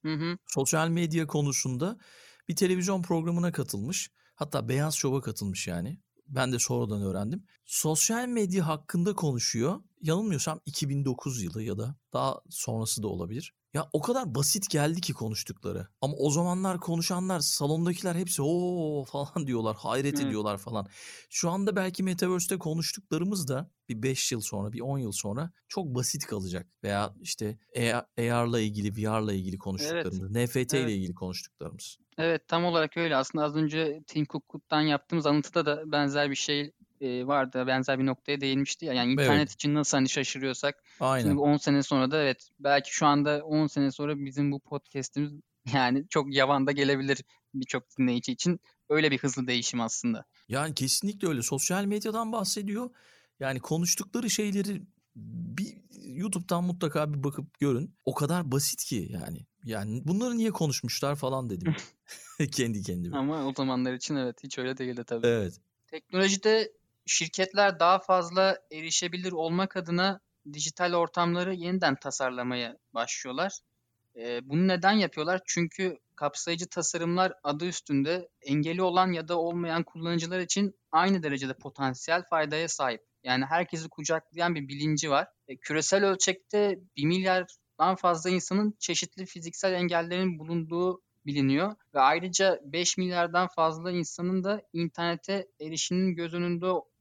Sosyal medya konusunda bir televizyon programına katılmış. Hatta Beyaz Şov'a katılmış yani. Ben de sonradan öğrendim. Sosyal medya hakkında konuşuyor. Yanılmıyorsam 2009 yılı ya da daha sonrası da olabilir. Ya o kadar basit geldi ki konuştukları. Ama o zamanlar konuşanlar, salondakiler hepsi o falan diyorlar, hayret ediyorlar falan. Şu anda belki Metaverse'te konuştuklarımız da bir 5 yıl sonra, bir 10 yıl sonra çok basit kalacak. Veya işte AR'la ilgili, VR'la ilgili konuştuklarımız, NFT ile ilgili konuştuklarımız. Evet, tam olarak öyle. Aslında az önce Tim Cook'tan yaptığımız anlatıda da benzer bir şey vardı. Benzer bir noktaya değinmişti ya. Yani internet Evet. için nasıl hani şaşırıyorsak. Şimdi Aynen. bu 10 sene sonra da evet belki şu anda 10 sene sonra bizim bu podcast'imiz yani çok yavanda gelebilir birçok dinleyici için. Öyle bir hızlı değişim aslında. Yani kesinlikle öyle. Sosyal medyadan bahsediyor. Yani konuştukları şeyleri bir YouTube'dan mutlaka bir bakıp görün. O kadar basit ki yani. Yani bunları niye konuşmuşlar falan dedim. Kendi kendime. Ama o zamanlar için evet hiç öyle değildi tabii. Evet. Teknolojide şirketler daha fazla erişebilir olmak adına dijital ortamları yeniden tasarlamaya başlıyorlar. Bunu neden yapıyorlar? Çünkü kapsayıcı tasarımlar adı üstünde engeli olan ya da olmayan kullanıcılar için aynı derecede potansiyel faydaya sahip. Yani herkesi kucaklayan bir bilinci var. Küresel ölçekte 1 milyardan fazla insanın çeşitli fiziksel engellerin bulunduğu biliniyor. Ve ayrıca 5 milyardan fazla insanın da internete erişiminin göz önünde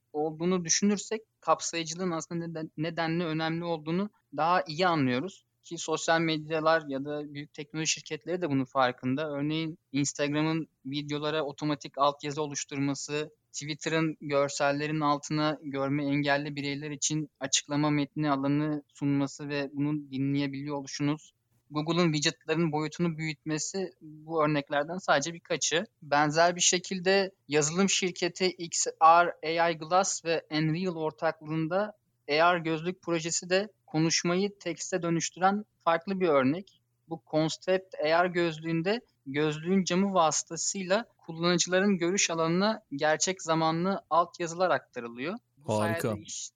olduğunu düşünürsek kapsayıcılığın aslında nedenle önemli olduğunu daha iyi anlıyoruz. Ki sosyal medyalar ya da büyük teknoloji şirketleri de bunun farkında. Örneğin Instagram'ın videolara otomatik altyazı oluşturması, Twitter'ın görsellerin altına görme engelli bireyler için açıklama metni alanı sunması ve bunu dinleyebiliyor oluşunuz, Google'ın widget'ların boyutunu büyütmesi bu örneklerden sadece birkaçı. Benzer bir şekilde yazılım şirketi XR AI Glass ve Unreal ortaklığında AR gözlük projesi de konuşmayı tekste dönüştüren farklı bir örnek. Bu Concept AR gözlüğünde gözlüğün camı vasıtasıyla kullanıcıların görüş alanına gerçek zamanlı altyazılar aktarılıyor. Bu sayede Harika.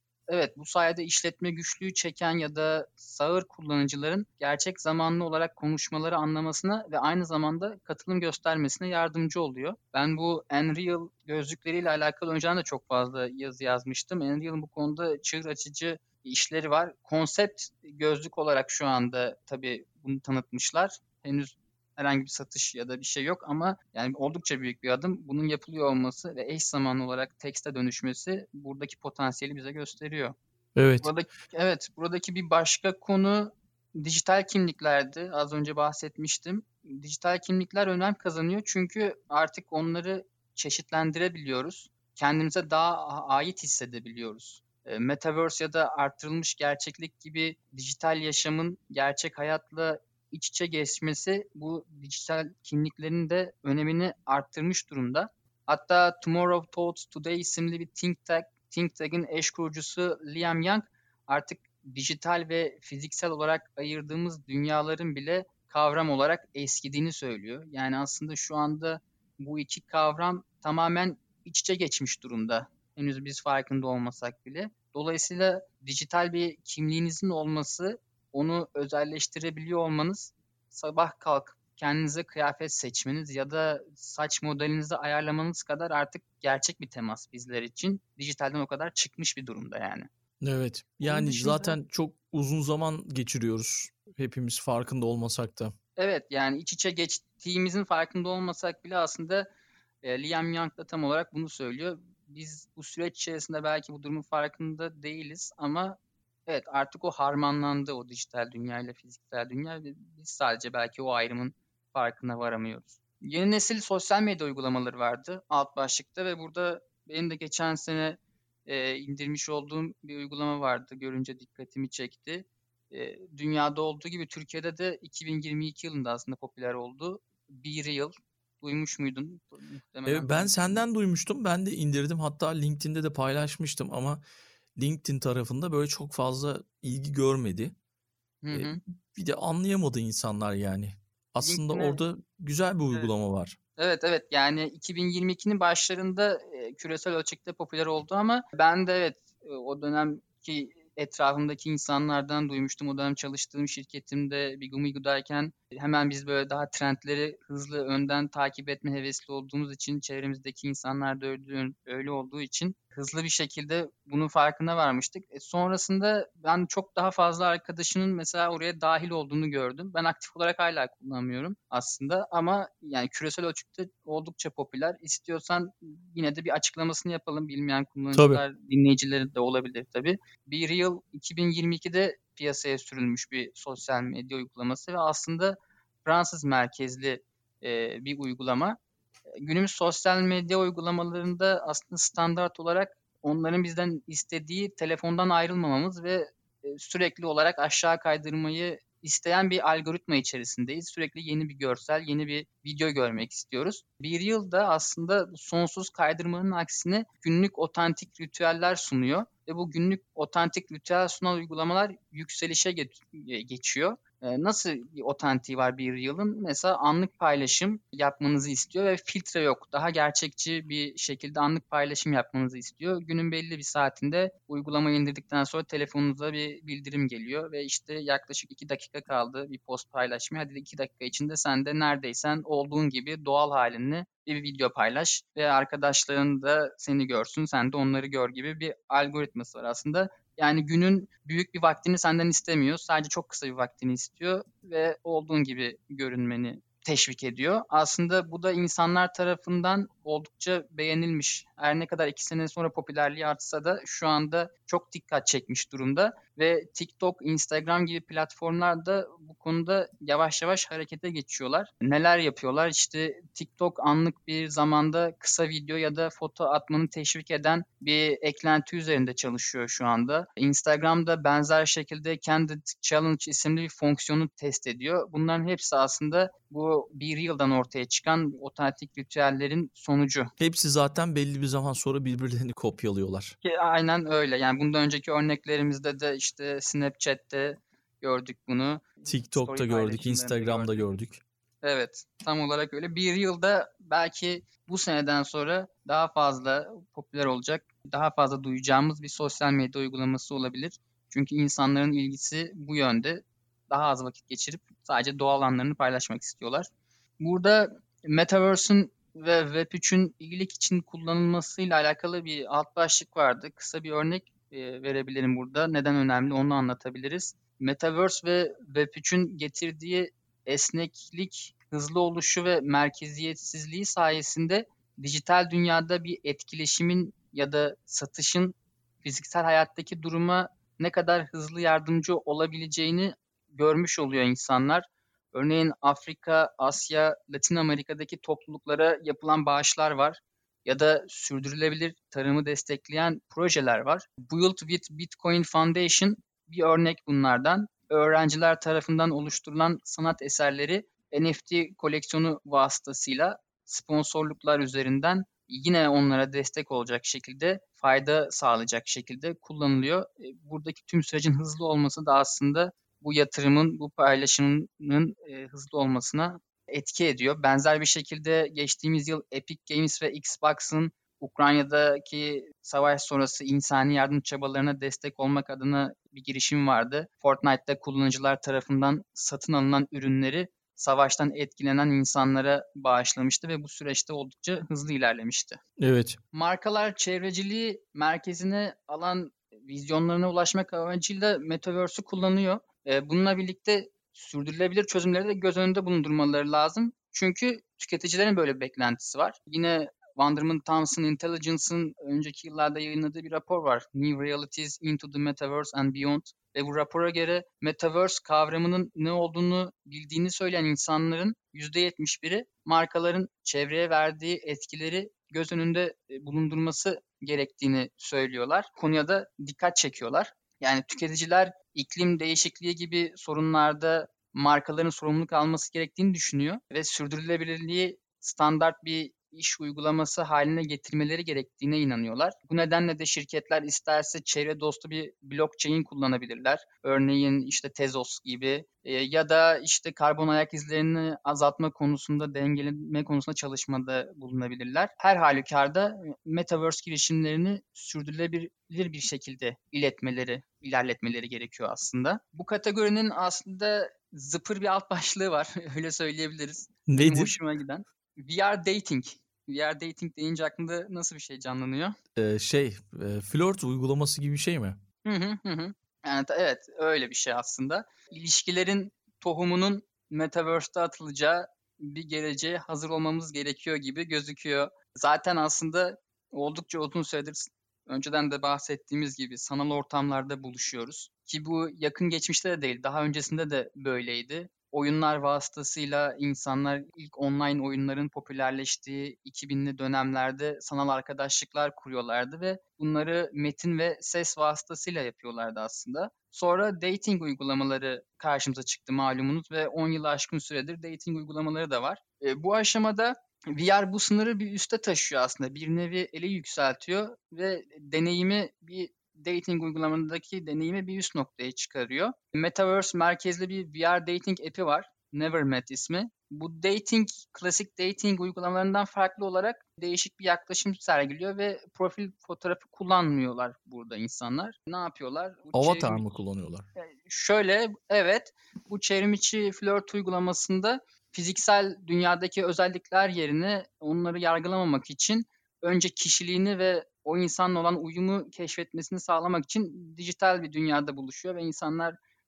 bu sayede işletme güçlüğü çeken ya da sağır kullanıcıların gerçek zamanlı olarak konuşmaları anlamasına ve aynı zamanda katılım göstermesine yardımcı oluyor. Ben bu Unreal gözlükleriyle alakalı önceden de çok fazla yazı yazmıştım. Unreal'ın bu konuda çığır açıcı işleri var. Konsept gözlük olarak şu anda tabii bunu tanıtmışlar. Henüz herhangi bir satış ya da bir şey yok ama yani oldukça büyük bir adım. Bunun yapılıyor olması ve eş zamanlı olarak tekste dönüşmesi buradaki potansiyeli bize gösteriyor. Evet. Buradaki bir başka konu dijital kimliklerdi. Az önce bahsetmiştim. Dijital kimlikler önem kazanıyor çünkü artık onları çeşitlendirebiliyoruz. Kendimize daha ait hissedebiliyoruz. Metaverse ya da artırılmış gerçeklik gibi dijital yaşamın gerçek hayatla iç içe geçmesi bu dijital kimliklerin de önemini arttırmış durumda. Hatta Tomorrow Thoughts Today isimli bir Think Tank'in eş kurucusu Liam Young artık dijital ve fiziksel olarak ayırdığımız dünyaların bile kavram olarak eskidiğini söylüyor. Yani aslında şu anda bu iki kavram tamamen iç içe geçmiş durumda. Henüz biz farkında olmasak bile. Dolayısıyla dijital bir kimliğinizin olması, onu özelleştirebiliyor olmanız, sabah kalkıp kendinize kıyafet seçmeniz ya da saç modelinizi ayarlamanız kadar artık gerçek bir temas bizler için. Dijitalden o kadar çıkmış bir durumda yani. Evet. Bunun Yani dışında zaten çok uzun zaman geçiriyoruz. Hepimiz farkında olmasak da. evet yani iç içe geçtiğimizin farkında olmasak bile aslında Liam Young da tam olarak bunu söylüyor. Biz bu süreç içerisinde belki bu durumun farkında değiliz ama evet artık o harmanlandı o dijital dünya ile fiziksel dünya ve biz sadece belki o ayrımın farkına varamıyoruz. Yeni nesil sosyal medya uygulamaları vardı alt başlıkta ve burada benim de geçen sene indirmiş olduğum bir uygulama vardı. Görünce dikkatimi çekti. Dünyada olduğu gibi Türkiye'de de 2022 yılında aslında popüler oldu. Be Real. Duymuş muydun? Evet, Muhtemelen ben duymuşsundur. senden duymuştum. Ben de indirdim. Hatta LinkedIn'de de paylaşmıştım ama LinkedIn tarafında böyle çok fazla ilgi görmedi. Hı E, hı. Bir de anlayamadı insanlar yani. Aslında LinkedIn'e orada güzel bir evet. uygulama var. Evet yani 2022'nin başlarında küresel ölçekte popüler oldu ama ben de evet o dönemki etrafımdaki insanlardan duymuştum. O dönem çalıştığım şirketimde Bigumigu'dayken hemen biz böyle daha trendleri hızlı önden takip etme hevesli olduğumuz için çevremizdeki insanlar da öyle olduğu için hızlı bir şekilde bunun farkına varmıştık. Sonrasında ben çok daha fazla arkadaşının mesela oraya dahil olduğunu gördüm. Ben aktif olarak hala kullanmıyorum aslında ama yani küresel ölçekte oldukça popüler. İstiyorsan yine de bir açıklamasını yapalım. Bilmeyen Tabii. kullanıcılar, dinleyicileri de olabilir tabii. Be Real 2022'de piyasaya sürülmüş bir sosyal medya uygulaması ve aslında Fransız merkezli bir uygulama. Günümüz sosyal medya uygulamalarında aslında standart olarak onların bizden istediği telefondan ayrılmamamız ve sürekli olarak aşağı kaydırmayı isteyen bir algoritma içerisindeyiz. Sürekli yeni bir görsel, yeni bir video görmek istiyoruz. Bir yılda aslında sonsuz kaydırmanın aksine günlük otantik ritüeller sunuyor ve bu günlük otantik ritüel sunan uygulamalar yükselişe geçiyor. Nasıl bir otantiği var bir yılın? Mesela anlık paylaşım yapmanızı istiyor ve filtre yok. Daha gerçekçi bir şekilde anlık paylaşım yapmanızı istiyor. Günün belli bir saatinde uygulamayı indirdikten sonra telefonunuza bir bildirim geliyor ve işte yaklaşık 2 dakika kaldı bir post paylaşmaya. Hadi 2 dakika içinde sen de neredeysen olduğun gibi doğal halini bir video paylaş ve arkadaşların da seni görsün, sen de onları gör gibi bir algoritması var aslında. Yani günün büyük bir vaktini senden istemiyor. Sadece çok kısa bir vaktini istiyor ve olduğun gibi görünmeni teşvik ediyor. Aslında bu da insanlar tarafından oldukça beğenilmiş. Her ne kadar 2 sene sonra popülerliği artsa da şu anda çok dikkat çekmiş durumda. Ve TikTok, Instagram gibi platformlar da bu konuda yavaş yavaş harekete geçiyorlar. Neler yapıyorlar? İşte TikTok anlık bir zamanda kısa video ya da foto atmanı teşvik eden bir eklenti üzerinde çalışıyor şu anda. Instagram'da benzer şekilde Candid Challenge isimli bir fonksiyonu test ediyor. Bunların hepsi aslında bu bir yıldan ortaya çıkan otantik ritüellerin sonucu. Hepsi zaten belli bir zaman sonra birbirlerini kopyalıyorlar. Aynen öyle. Yani bundan önceki örneklerimizde de işte Snapchat'te gördük bunu. TikTok'ta Story gördük, paylaşımlarında Instagram'da gördük. gördük. Evet, tam olarak öyle. Bir yılda belki bu seneden sonra daha fazla popüler olacak, daha fazla duyacağımız bir sosyal medya uygulaması olabilir. Çünkü insanların ilgisi bu yönde. Daha az vakit geçirip sadece doğal anlarını paylaşmak istiyorlar. Burada Metaverse'ün ve Web3'ün iyilik için kullanılmasıyla alakalı bir alt başlık vardı. Kısa bir örnek verebilirim burada. Neden önemli onu anlatabiliriz. Metaverse ve Web3'ün getirdiği esneklik, hızlı oluşu ve merkeziyetsizliği sayesinde dijital dünyada bir etkileşimin ya da satışın fiziksel hayattaki duruma ne kadar hızlı yardımcı olabileceğini görmüş oluyor insanlar. Örneğin Afrika, Asya, Latin Amerika'daki topluluklara yapılan bağışlar var ya da sürdürülebilir tarımı destekleyen projeler var. Build with Bitcoin Foundation bir örnek bunlardan. Öğrenciler tarafından oluşturulan sanat eserleri NFT koleksiyonu vasıtasıyla sponsorluklar üzerinden yine onlara destek olacak şekilde, fayda sağlayacak şekilde kullanılıyor. Buradaki tüm sürecin hızlı olması da aslında bu yatırımın, bu paylaşımının hızlı olmasına etki ediyor. Benzer bir şekilde geçtiğimiz yıl Epic Games ve Xbox'ın Ukrayna'daki savaş sonrası insani yardım çabalarına destek olmak adına bir girişim vardı. Fortnite'da kullanıcılar tarafından satın alınan ürünleri savaştan etkilenen insanlara bağışlamıştı ve bu süreçte oldukça hızlı ilerlemişti. Evet. Markalar çevreciliği merkezine alan vizyonlarına ulaşmak amacıyla Metaverse'ü kullanıyor. Bununla birlikte sürdürülebilir çözümleri de göz önünde bulundurmaları lazım. Çünkü tüketicilerin böyle bir beklentisi var. Yine Wunderman Thompson Intelligence'ın önceki yıllarda yayınladığı bir rapor var. New Realities into the Metaverse and Beyond. Ve bu rapora göre Metaverse kavramının ne olduğunu bildiğini söyleyen insanların %71'i markaların çevreye verdiği etkileri göz önünde bulundurması gerektiğini söylüyorlar. Konuya da dikkat çekiyorlar. Yani tüketiciler iklim değişikliği gibi sorunlarda markaların sorumluluk alması gerektiğini düşünüyor ve sürdürülebilirliği standart bir iş uygulaması haline getirmeleri gerektiğine inanıyorlar. Bu nedenle de şirketler isterse çevre dostu bir blockchain kullanabilirler. Örneğin işte Tezos gibi ya da işte karbon ayak izlerini azaltma konusunda, dengeleme konusunda çalışmada bulunabilirler. Her halükarda Metaverse girişimlerini sürdürülebilir bir şekilde ilerletmeleri gerekiyor aslında. Bu kategorinin aslında zıpır bir alt başlığı var. Öyle söyleyebiliriz. Benim Nedir? hoşuma giden. VR dating. VR dating deyince aklında nasıl bir şey canlanıyor? Flört uygulaması gibi bir şey mi? Hı hı hı. Hı. Yani evet öyle bir şey aslında. İlişkilerin tohumunun Metaverse'te atılacağı bir geleceğe hazır olmamız gerekiyor gibi gözüküyor. Zaten aslında oldukça uzun süredir önceden de bahsettiğimiz gibi sanal ortamlarda buluşuyoruz. Ki bu yakın geçmişte de değil, daha öncesinde de böyleydi. Oyunlar vasıtasıyla insanlar ilk online oyunların popülerleştiği 2000'li dönemlerde sanal arkadaşlıklar kuruyorlardı ve bunları metin ve ses vasıtasıyla yapıyorlardı aslında. Sonra dating uygulamaları karşımıza çıktı malumunuz ve 10 yılı aşkın süredir dating uygulamaları da var. Bu aşamada VR bu sınırı bir üste taşıyor aslında. Bir nevi ele yükseltiyor ve deneyimi bir dating uygulamalarındaki deneyimi bir üst noktaya çıkarıyor. Metaverse merkezli bir VR dating app'i var. Nevermet ismi. Bu klasik dating uygulamalarından farklı olarak değişik bir yaklaşım sergiliyor ve profil fotoğrafı kullanmıyorlar burada insanlar. Ne yapıyorlar? Avatar mı kullanıyorlar? Şöyle, evet, bu çevrim içi flört uygulamasında fiziksel dünyadaki özellikler yerine onları yargılamamak için önce kişiliğini ve o insanla olan uyumu keşfetmesini sağlamak için dijital bir dünyada buluşuyor ve insanlar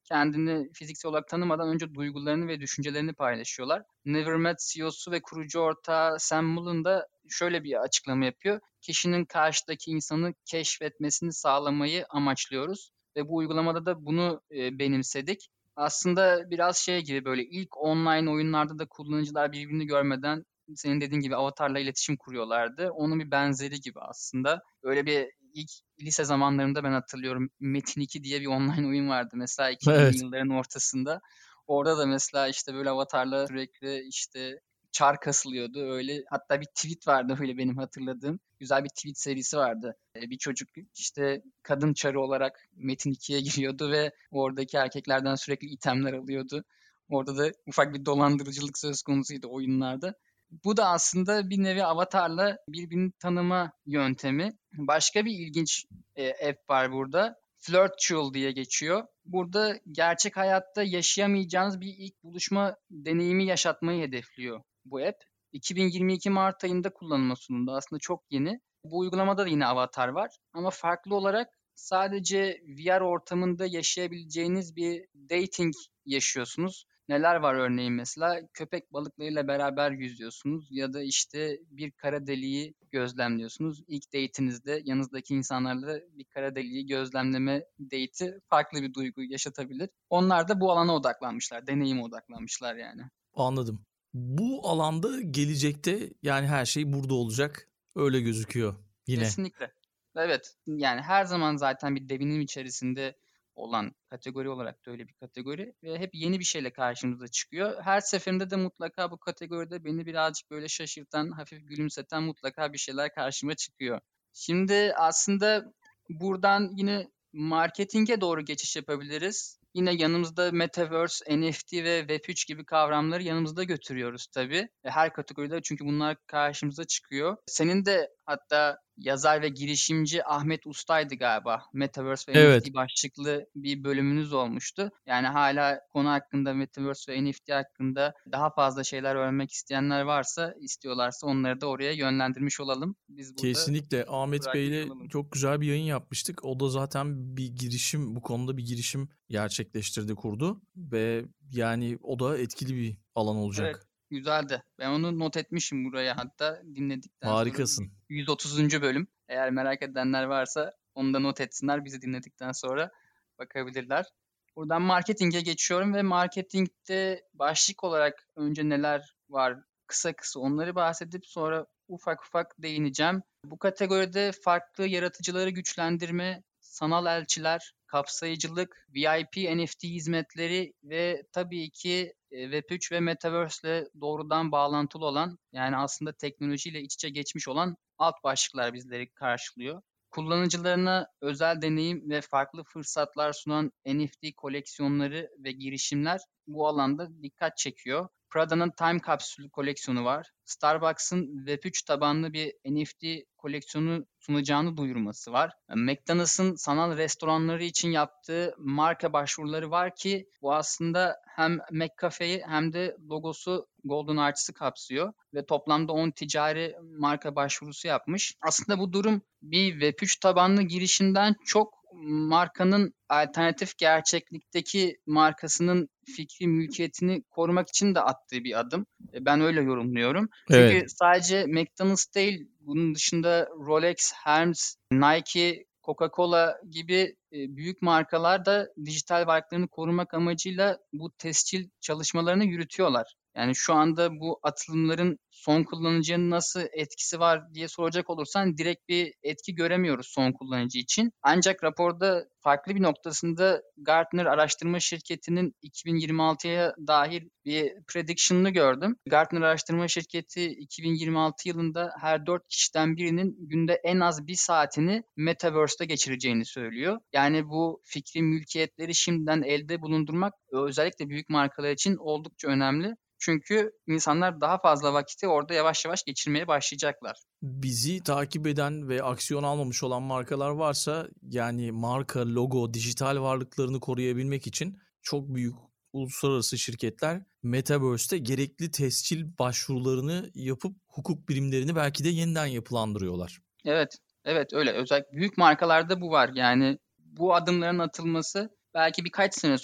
kendini fiziksel olarak tanımadan önce duygularını ve düşüncelerini paylaşıyorlar. Nevermed CEO'su ve kurucu ortağı Sam Mullen da şöyle bir açıklama yapıyor. Kişinin karşıdaki insanı keşfetmesini sağlamayı amaçlıyoruz ve bu uygulamada da bunu benimsedik. Aslında biraz şey gibi, böyle ilk online oyunlarda da kullanıcılar birbirini görmeden senin dediğin gibi avatarla iletişim kuruyorlardı. Onun bir benzeri gibi aslında. Öyle bir ilk lise zamanlarında ben hatırlıyorum. Metin 2 diye bir online oyun vardı mesela 2000'li Evet. yılların ortasında. Orada da mesela işte böyle avatarla sürekli işte çar kasılıyordu öyle. Hatta bir tweet vardı öyle benim hatırladığım. Güzel bir tweet serisi vardı. Bir çocuk işte kadın çarı olarak Metin 2'ye giriyordu ve oradaki erkeklerden sürekli itemler alıyordu. Orada da ufak bir dolandırıcılık söz konusuydu oyunlarda. Bu da aslında bir nevi avatarla birbirini tanıma yöntemi. Başka bir ilginç app var burada. Flirtual diye geçiyor. Burada gerçek hayatta yaşayamayacağınız bir ilk buluşma deneyimi yaşatmayı hedefliyor bu app. 2022 Mart ayında kullanıma sunuldu. Aslında çok yeni. Bu uygulamada da yine avatar var. Ama farklı olarak sadece VR ortamında yaşayabileceğiniz bir dating yaşıyorsunuz. Neler var örneğin mesela? Köpek balıklarıyla beraber yüzüyorsunuz ya da işte bir kara deliği gözlemliyorsunuz. İlk date'inizde yanınızdaki insanlarla bir kara deliği gözlemleme date'i farklı bir duygu yaşatabilir. Onlar da bu alana odaklanmışlar, deneyime odaklanmışlar yani. Anladım. Bu alanda gelecekte yani her şey burada olacak. Öyle gözüküyor yine. Kesinlikle. Evet, yani her zaman zaten bir devinim içerisinde olan kategori olarak da öyle bir kategori ve hep yeni bir şeyle karşımıza çıkıyor. Her seferinde de mutlaka bu kategoride beni birazcık böyle şaşırtan, hafif gülümseten mutlaka bir şeyler karşıma çıkıyor. Şimdi aslında buradan yine marketinge doğru geçiş yapabiliriz. Yine yanımızda Metaverse, NFT ve Web3 gibi kavramları yanımızda götürüyoruz tabii. Her kategoride çünkü bunlar karşımıza çıkıyor. Senin de hatta yazar ve girişimci Ahmet Usta'ydı galiba. Metaverse ve Evet. NFT başlıklı bir bölümünüz olmuştu. Yani hala konu hakkında, Metaverse ve NFT hakkında daha fazla şeyler öğrenmek isteyenler varsa, istiyorlarsa onları da oraya yönlendirmiş olalım. Biz burada Kesinlikle Ahmet bırakmış Bey'le olalım. çok güzel bir yayın yapmıştık. O da zaten bu konuda bir girişim gerçekleştirdi, kurdu ve yani o da etkili bir alan Evet, olacak. güzeldi. Ben onu not etmişim buraya hatta dinledikten sonra. Harikasın. 130. bölüm. Eğer merak edenler varsa onu da not etsinler. Bizi dinledikten sonra bakabilirler. Buradan marketinge geçiyorum ve marketingte başlık olarak önce neler var kısa kısa onları bahsedip sonra ufak ufak değineceğim. Bu kategoride farklı yaratıcıları güçlendirme, sanal elçiler, kapsayıcılık, VIP NFT hizmetleri ve tabii ki Web3 ve Metaverse ile doğrudan bağlantılı olan, yani aslında teknolojiyle iç içe geçmiş olan alt başlıklar bizleri karşılıyor. Kullanıcılarına özel deneyim ve farklı fırsatlar sunan NFT koleksiyonları ve girişimler bu alanda dikkat çekiyor. Prada'nın Time Capsule koleksiyonu var. Starbucks'ın Web3 tabanlı bir NFT koleksiyonu sunacağını duyurması var. McDonald's'ın sanal restoranları için yaptığı marka başvuruları var ki bu aslında hem McCafe'yi hem de logosu Golden Arches'ı kapsıyor ve toplamda 10 ticari marka başvurusu yapmış. Aslında bu durum bir Web3 tabanlı girişimden çok markanın alternatif gerçeklikteki markasının fikri mülkiyetini korumak için de attığı bir adım. Ben öyle yorumluyorum. Evet. Çünkü sadece McDonald's değil, bunun dışında Rolex, Hermes, Nike, Coca-Cola gibi büyük markalar da dijital varlıklarını korumak amacıyla bu tescil çalışmalarını yürütüyorlar. Yani şu anda bu atılımların son kullanıcıya nasıl etkisi var diye soracak olursan direkt bir etki göremiyoruz son kullanıcı için. Ancak raporda farklı bir noktasında Gartner araştırma şirketinin 2026'ya dair bir prediction'ını gördüm. Gartner araştırma şirketi 2026 yılında her 4 kişiden birinin günde en az 1 saatini Metaverse'de geçireceğini söylüyor. Yani bu fikri mülkiyetleri şimdiden elde bulundurmak özellikle büyük markalar için oldukça önemli. Çünkü insanlar daha fazla vakiti orada yavaş yavaş geçirmeye başlayacaklar. Bizi takip eden ve aksiyon almamış olan markalar varsa yani marka, logo, dijital varlıklarını koruyabilmek için çok büyük uluslararası şirketler Metaverse'te gerekli tescil başvurularını yapıp hukuk birimlerini belki de yeniden yapılandırıyorlar. Evet, evet öyle. Özellikle büyük markalarda bu var. Yani bu adımların atılması belki birkaç sene sonra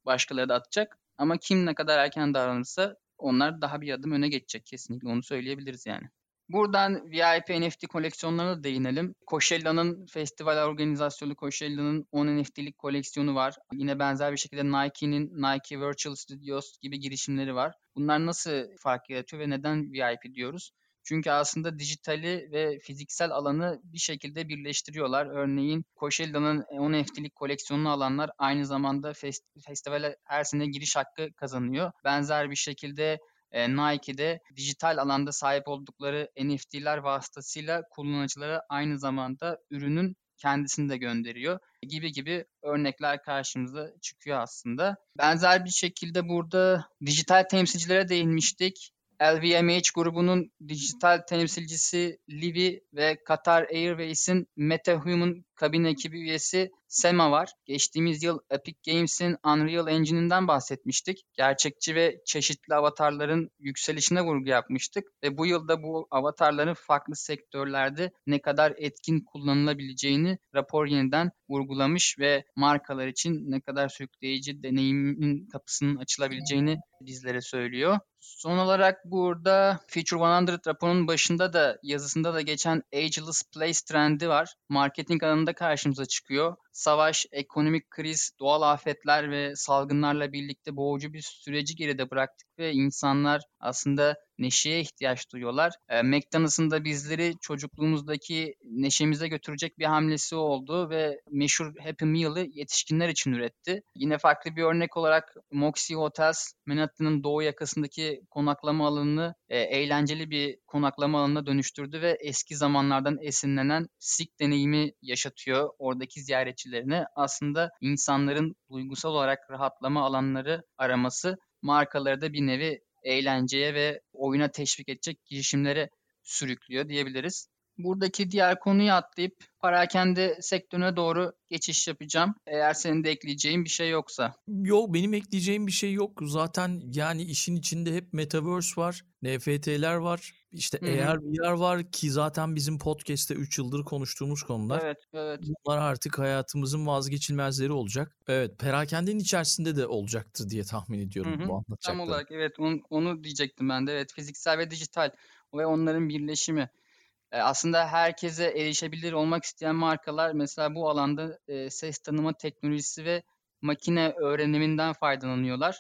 başkaları da atacak. Ama kim ne kadar erken davranırsa onlar daha bir adım öne geçecek, kesinlikle onu söyleyebiliriz yani. Buradan VIP NFT koleksiyonlarına da değinelim. Coachella'nın festival organizasyonu, Coachella'nın 10 NFT'lik koleksiyonu var. Yine benzer bir şekilde Nike'nin Nike Virtual Studios gibi girişimleri var. Bunlar nasıl fark yaratıyor ve neden VIP diyoruz? Çünkü aslında dijitali ve fiziksel alanı bir şekilde birleştiriyorlar. Örneğin Coachella'nın 10 NFT'lik koleksiyonunu alanlar aynı zamanda festivale her sene giriş hakkı kazanıyor. Benzer bir şekilde Nike'de dijital alanda sahip oldukları NFT'ler vasıtasıyla kullanıcılara aynı zamanda ürünün kendisini de gönderiyor gibi örnekler karşımıza çıkıyor aslında. Benzer bir şekilde burada dijital temsilcilere değinmiştik. LVMH grubunun dijital temsilcisi Livy ve Qatar Airways'in MetaHuman kabin ekibi üyesi Sema var. Geçtiğimiz yıl Epic Games'in Unreal Engine'inden bahsetmiştik. Gerçekçi ve çeşitli avatarların yükselişine vurgu yapmıştık ve bu yılda bu avatarların farklı sektörlerde ne kadar etkin kullanılabileceğini rapor yeniden vurgulamış ve markalar için ne kadar sürükleyici deneyimin kapısının açılabileceğini bizlere söylüyor. Son olarak burada Future 100 raporunun başında da yazısında da geçen Ageless Place trendi var. Marketing alanında karşımıza çıkıyor. Savaş, ekonomik kriz, doğal afetler ve salgınlarla birlikte boğucu bir süreci geride bıraktık ve insanlar aslında neşeye ihtiyaç duyuyorlar. McDonald's'ın da bizleri çocukluğumuzdaki neşemize götürecek bir hamlesi oldu ve meşhur Happy Meal'ı yetişkinler için üretti. Yine farklı bir örnek olarak Moxie Hotels, Manhattan'ın doğu yakasındaki konaklama alanını eğlenceli bir konaklama alanına dönüştürdü ve eski zamanlardan esinlenen sik deneyimi yaşatıyor oradaki ziyaretçilerine. Aslında insanların duygusal olarak rahatlama alanları araması markaları da bir nevi eğlenceye ve oyuna teşvik edecek girişimlere sürüklüyor diyebiliriz. Buradaki diğer konuyu atlayıp perakende sektörüne doğru geçiş yapacağım. Eğer senin de ekleyeceğin bir şey yoksa. Yok, benim ekleyeceğim bir şey yok. Zaten yani işin içinde hep Metaverse var, NFT'ler var, işte AR, VR var ki zaten bizim podcast'te 3 yıldır konuştuğumuz konular. Evet. Bunlar artık hayatımızın vazgeçilmezleri olacak. Evet, perakendenin içerisinde de olacaktır diye tahmin ediyorum bu Tam anlatacaklarım. olarak evet onu diyecektim ben de. Evet, fiziksel ve dijital ve onların birleşimi. Aslında herkese erişebilir olmak isteyen markalar mesela bu alanda ses tanıma teknolojisi ve makine öğreniminden faydalanıyorlar.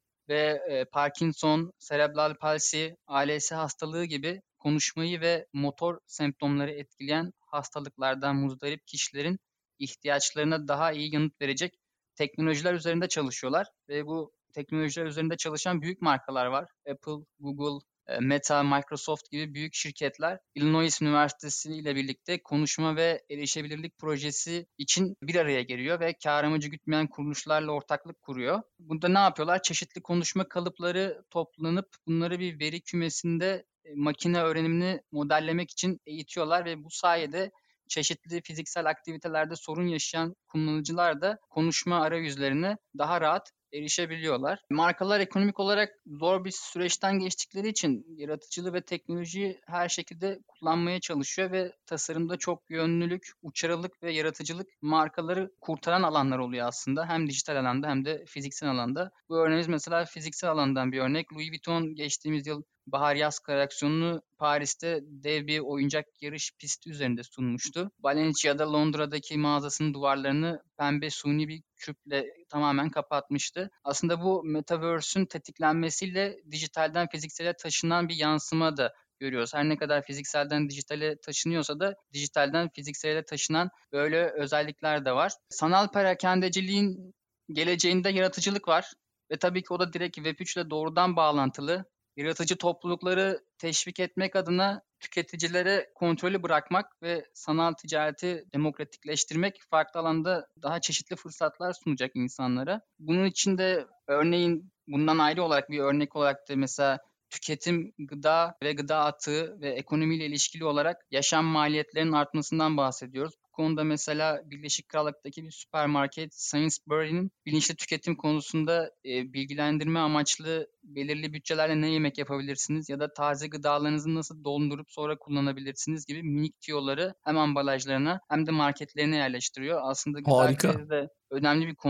Ve Parkinson, serebral palsi, ALS hastalığı gibi konuşmayı ve motor semptomları etkileyen hastalıklardan muzdarip kişilerin ihtiyaçlarına daha iyi yanıt verecek teknolojiler üzerinde çalışıyorlar. Ve bu teknolojiler üzerinde çalışan büyük markalar var. Apple, Google, Meta, Microsoft gibi büyük şirketler Illinois Üniversitesi ile birlikte konuşma ve erişebilirlik projesi için bir araya geliyor ve kar amacı gütmeyen kuruluşlarla ortaklık kuruyor. Bunda ne yapıyorlar? Çeşitli konuşma kalıpları toplanıp bunları bir veri kümesinde makine öğrenimini modellemek için eğitiyorlar ve bu sayede çeşitli fiziksel aktivitelerde sorun yaşayan kullanıcılar da konuşma arayüzlerine daha rahat erişebiliyorlar. Markalar ekonomik olarak zor bir süreçten geçtikleri için yaratıcılığı ve teknolojiyi her şekilde kullanmaya çalışıyor ve tasarımda çok yönlülük, uçarılık ve yaratıcılık markaları kurtaran alanlar oluyor aslında. Hem dijital alanda hem de fiziksel alanda. Bu örneğimiz mesela fiziksel alandan bir örnek. Louis Vuitton geçtiğimiz yıl bahar-yaz koleksiyonunu Paris'te dev bir oyuncak yarış pisti üzerinde sunmuştu. Balenciaga'da Londra'daki mağazasının duvarlarını pembe suni bir küple tamamen kapatmıştı. Aslında bu Metaverse'ün tetiklenmesiyle dijitalden fiziksele taşınan bir yansıma da görüyoruz. Her ne kadar fizikselden dijitale taşınıyorsa da dijitalden fiziksele taşınan böyle özellikler de var. Sanal perakendeciliğin geleceğinde yaratıcılık var ve tabii ki o da direkt Web3 ile doğrudan bağlantılı. Yaratıcı toplulukları teşvik etmek adına tüketicilere kontrolü bırakmak ve sanal ticareti demokratikleştirmek farklı alanda daha çeşitli fırsatlar sunacak insanlara. Bunun için de örneğin bundan ayrı olarak bir örnek olarak da mesela tüketim, gıda ve gıda atığı ve ekonomiyle ilişkili olarak yaşam maliyetlerinin artmasından bahsediyoruz. Bu konuda mesela Birleşik Krallık'taki bir süpermarket Sainsbury'nin bilinçli tüketim konusunda bilgilendirme amaçlı belirli bütçelerle ne yemek yapabilirsiniz ya da taze gıdalarınızı nasıl dondurup sonra kullanabilirsiniz gibi minik tiyoları hem ambalajlarına hem de marketlerine yerleştiriyor. Aslında gıda Harika. krizi de önemli bir konu.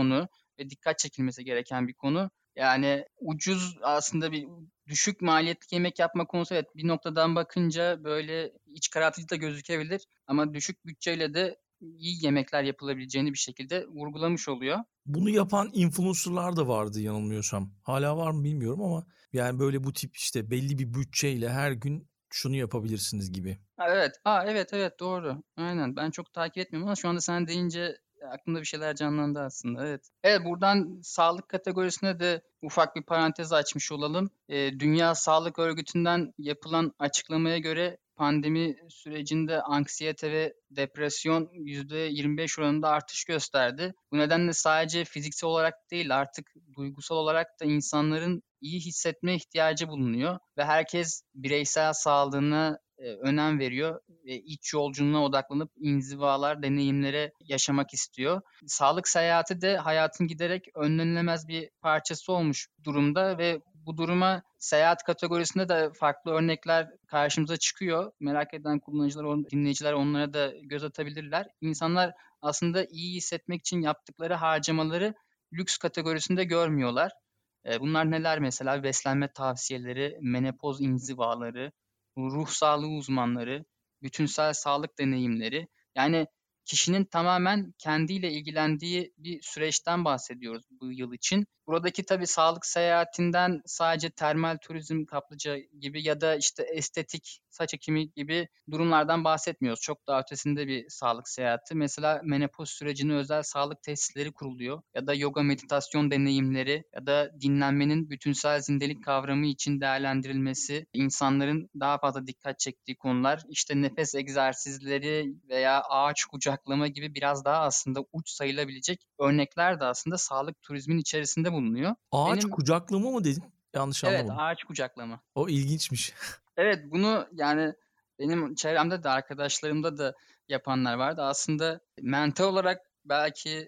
ve dikkat çekilmesi gereken bir konu. Yani ucuz aslında bir düşük maliyetli yemek yapma konusu evet bir noktadan bakınca böyle iç karartıcı da gözükebilir ama düşük bütçeyle de iyi yemekler yapılabileceğini bir şekilde vurgulamış oluyor. Bunu yapan influencer'lar da vardı yanılmıyorsam. Hala var mı bilmiyorum ama yani böyle bu tip işte belli bir bütçeyle her gün şunu yapabilirsiniz gibi. Evet. Evet doğru. Aynen. Ben çok takip etmiyorum ama şu anda sen deyince aklımda bir şeyler canlandı aslında. Evet. Evet buradan sağlık kategorisine de ufak bir parantez açmış olalım. Dünya Sağlık Örgütü'nden yapılan açıklamaya göre pandemi sürecinde anksiyete ve depresyon %25 oranında artış gösterdi. Bu nedenle sadece fiziksel olarak değil artık duygusal olarak da insanların iyi hissetme ihtiyacı bulunuyor ve herkes bireysel sağlığına önem veriyor ve iç yolculuğuna odaklanıp inzivalar, deneyimlere yaşamak istiyor. Sağlık seyahati de hayatın giderek önlenemez bir parçası olmuş durumda ve bu duruma seyahat kategorisinde de farklı örnekler karşımıza çıkıyor. Merak eden kullanıcılar, dinleyiciler onlara da göz atabilirler. İnsanlar aslında iyi hissetmek için yaptıkları harcamaları lüks kategorisinde görmüyorlar. Bunlar neler mesela? Beslenme tavsiyeleri, menopoz inzivaları, ruh sağlığı uzmanları, bütünsel sağlık deneyimleri. Yani kişinin tamamen kendiyle ilgilendiği bir süreçten bahsediyoruz bu yıl için. Buradaki tabii sağlık seyahatinden sadece termal turizm kaplıca gibi ya da işte estetik saç ekimi gibi durumlardan bahsetmiyoruz. Çok daha ötesinde bir sağlık seyahati. Mesela menopoz sürecine özel sağlık tesisleri kuruluyor ya da yoga meditasyon deneyimleri ya da dinlenmenin bütünsel zindelik kavramı için değerlendirilmesi, insanların daha fazla dikkat çektiği konular, işte nefes egzersizleri veya ağaç kucaklama gibi biraz daha aslında uç sayılabilecek örnekler de aslında sağlık turizmin içerisinde bulunuyor. Ağaç Benim kucaklama mı dedin? Yanlış evet anlamadım. ağaç kucaklama. O ilginçmiş. Evet bunu yani benim çevremde de arkadaşlarımda da yapanlar vardı. Aslında mental olarak belki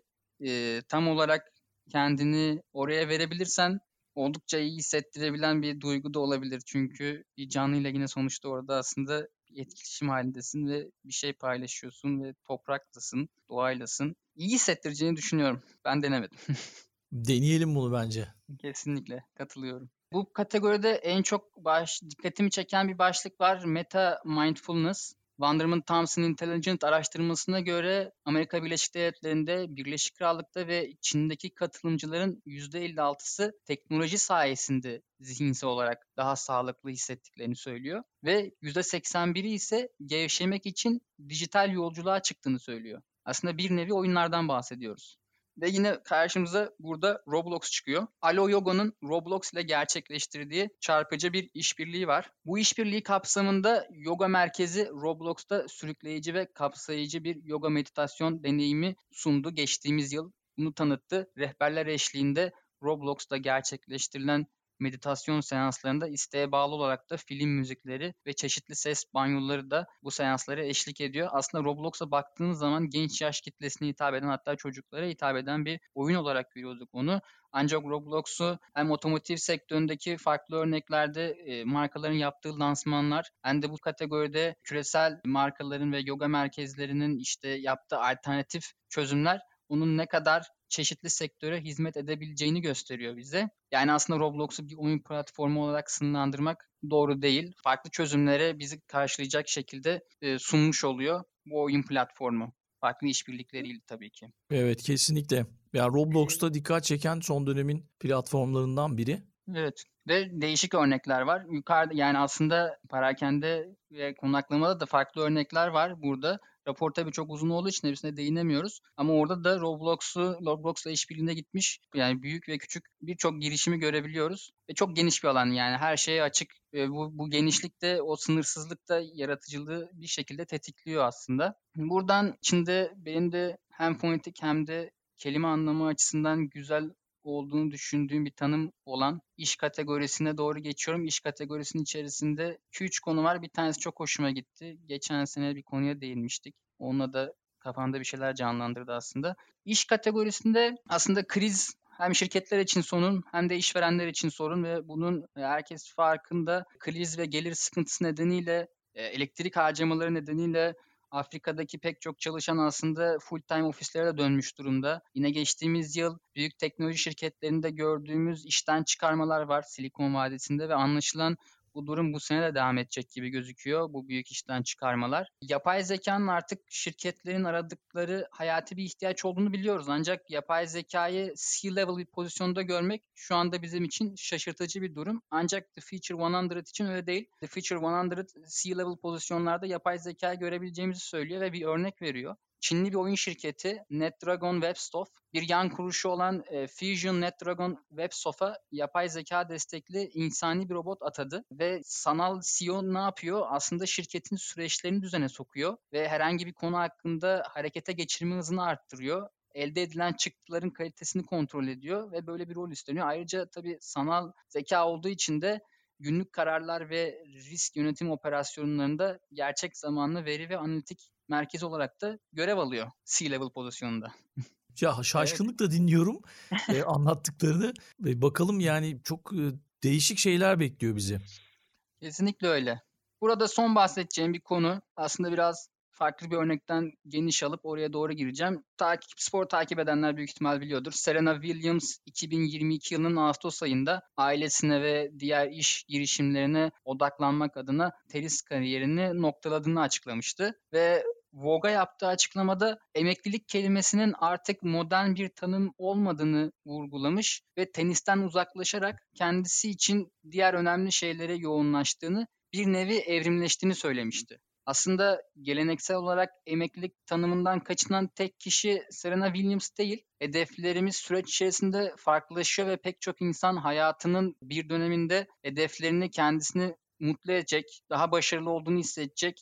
tam olarak kendini oraya verebilirsen oldukça iyi hissettirebilen bir duygu da olabilir. Çünkü bir canlıyla yine sonuçta orada aslında bir etkileşim halindesin ve bir şey paylaşıyorsun ve topraklasın, doğaylasın. İyi hissettireceğini düşünüyorum. Ben denemedim. Deneyelim bunu bence. Kesinlikle katılıyorum. Bu kategoride en çok dikkatimi çeken bir başlık var. Meta Mindfulness. Wunderman Thompson Intelligent araştırmasına göre Amerika Birleşik Devletleri'nde, Birleşik Krallık'ta ve Çin'deki katılımcıların %56'sı teknoloji sayesinde zihinsel olarak daha sağlıklı hissettiklerini söylüyor. Ve %81'i ise gevşemek için dijital yolculuğa çıktığını söylüyor. Aslında bir nevi oyunlardan bahsediyoruz. Ve yine karşımıza burada Roblox çıkıyor. Alo Yogo'nun Roblox ile gerçekleştirdiği çarpıcı bir işbirliği var. Bu işbirliği kapsamında yoga merkezi Roblox'ta sürükleyici ve kapsayıcı bir yoga meditasyon deneyimi sundu geçtiğimiz yıl. Bunu tanıttı. Rehberler eşliğinde Roblox'ta gerçekleştirilen meditasyon seanslarında isteğe bağlı olarak da film müzikleri ve çeşitli ses banyoları da bu seanslara eşlik ediyor. Aslında Roblox'a baktığınız zaman genç yaş kitlesine hitap eden hatta çocuklara hitap eden bir oyun olarak görüyorduk onu. Ancak Roblox'u hem otomotiv sektöründeki farklı örneklerde markaların yaptığı lansmanlar hem de bu kategoride küresel markaların ve yoga merkezlerinin işte yaptığı alternatif çözümler onun ne kadar çeşitli sektöre hizmet edebileceğini gösteriyor bize. Yani aslında Roblox'u bir oyun platformu olarak sınırlandırmak doğru değil. Farklı çözümlere bizi karşılayacak şekilde sunmuş oluyor bu oyun platformu. Farklı işbirlikleriyle tabii ki. Evet kesinlikle. Yani Roblox'ta dikkat çeken son dönemin platformlarından biri. Evet ve değişik örnekler var. Yukarıda yani aslında perakende ve konaklamada da farklı örnekler var burada. Rapor tabii çok uzun olduğu için hepsine değinemiyoruz. Ama orada da Roblox'la işbirliğine gitmiş yani büyük ve küçük birçok girişimi görebiliyoruz. Ve çok geniş bir alan yani her şeye açık. Bu genişlik de o sınırsızlık da yaratıcılığı bir şekilde tetikliyor aslında. Buradan içinde benim de hem fonetik hem de kelime anlamı açısından güzel olduğunu düşündüğüm bir tanım olan iş kategorisine doğru geçiyorum. İş kategorisinin içerisinde 2-3 konu var. Bir tanesi çok hoşuma gitti. Geçen sene bir konuya değinmiştik. Onunla da kafamda bir şeyler canlandırdı aslında. İş kategorisinde aslında kriz hem şirketler için sorun hem de işverenler için sorun ve bunun herkes farkında. Kriz ve gelir sıkıntısı nedeniyle, elektrik harcamaları nedeniyle Afrika'daki pek çok çalışan aslında full time ofislere de dönmüş durumda. Yine geçtiğimiz yıl büyük teknoloji şirketlerinde gördüğümüz işten çıkarmalar var Silikon Vadisi'nde ve anlaşılan bu durum bu sene de devam edecek gibi gözüküyor, bu büyük işten çıkarmalar. Yapay zekanın artık şirketlerin aradıkları hayati bir ihtiyaç olduğunu biliyoruz. Ancak yapay zekayı C-level bir pozisyonda görmek şu anda bizim için şaşırtıcı bir durum. Ancak The Future 100 için öyle değil. The Future 100 C-level pozisyonlarda yapay zekayı görebileceğimizi söylüyor ve bir örnek veriyor. Çinli bir oyun şirketi NetDragon WebSoft, bir yan kuruluşu olan Fusion NetDragon WebSoft'a yapay zeka destekli insani bir robot atadı ve sanal CEO ne yapıyor? Aslında şirketin süreçlerini düzene sokuyor ve herhangi bir konu hakkında harekete geçirme hızını arttırıyor. Elde edilen çıktıların kalitesini kontrol ediyor ve böyle bir rol üstleniyor. Ayrıca tabii sanal zeka olduğu için de günlük kararlar ve risk yönetim operasyonlarında gerçek zamanlı veri ve analitik merkezi olarak da görev alıyor C-level pozisyonunda. Ya Evet. şaşkınlıkla dinliyorum anlattıklarını ve bakalım yani çok değişik şeyler bekliyor bizi. Kesinlikle öyle. Burada son bahsedeceğim bir konu aslında biraz farklı bir örnekten geniş alıp oraya doğru gireceğim. Spor takip edenler büyük ihtimal biliyordur. Serena Williams 2022 yılının Ağustos ayında ailesine ve diğer iş girişimlerine odaklanmak adına tenis kariyerini noktaladığını açıklamıştı. Ve Vogue'a yaptığı açıklamada emeklilik kelimesinin artık modern bir tanım olmadığını vurgulamış ve tenisten uzaklaşarak kendisi için diğer önemli şeylere yoğunlaştığını, bir nevi evrimleştiğini söylemişti. Aslında geleneksel olarak emeklilik tanımından kaçınan tek kişi Serena Williams değil. Hedeflerimiz süreç içerisinde farklılaşıyor ve pek çok insan hayatının bir döneminde hedeflerini kendisini mutlu edecek, daha başarılı olduğunu hissedecek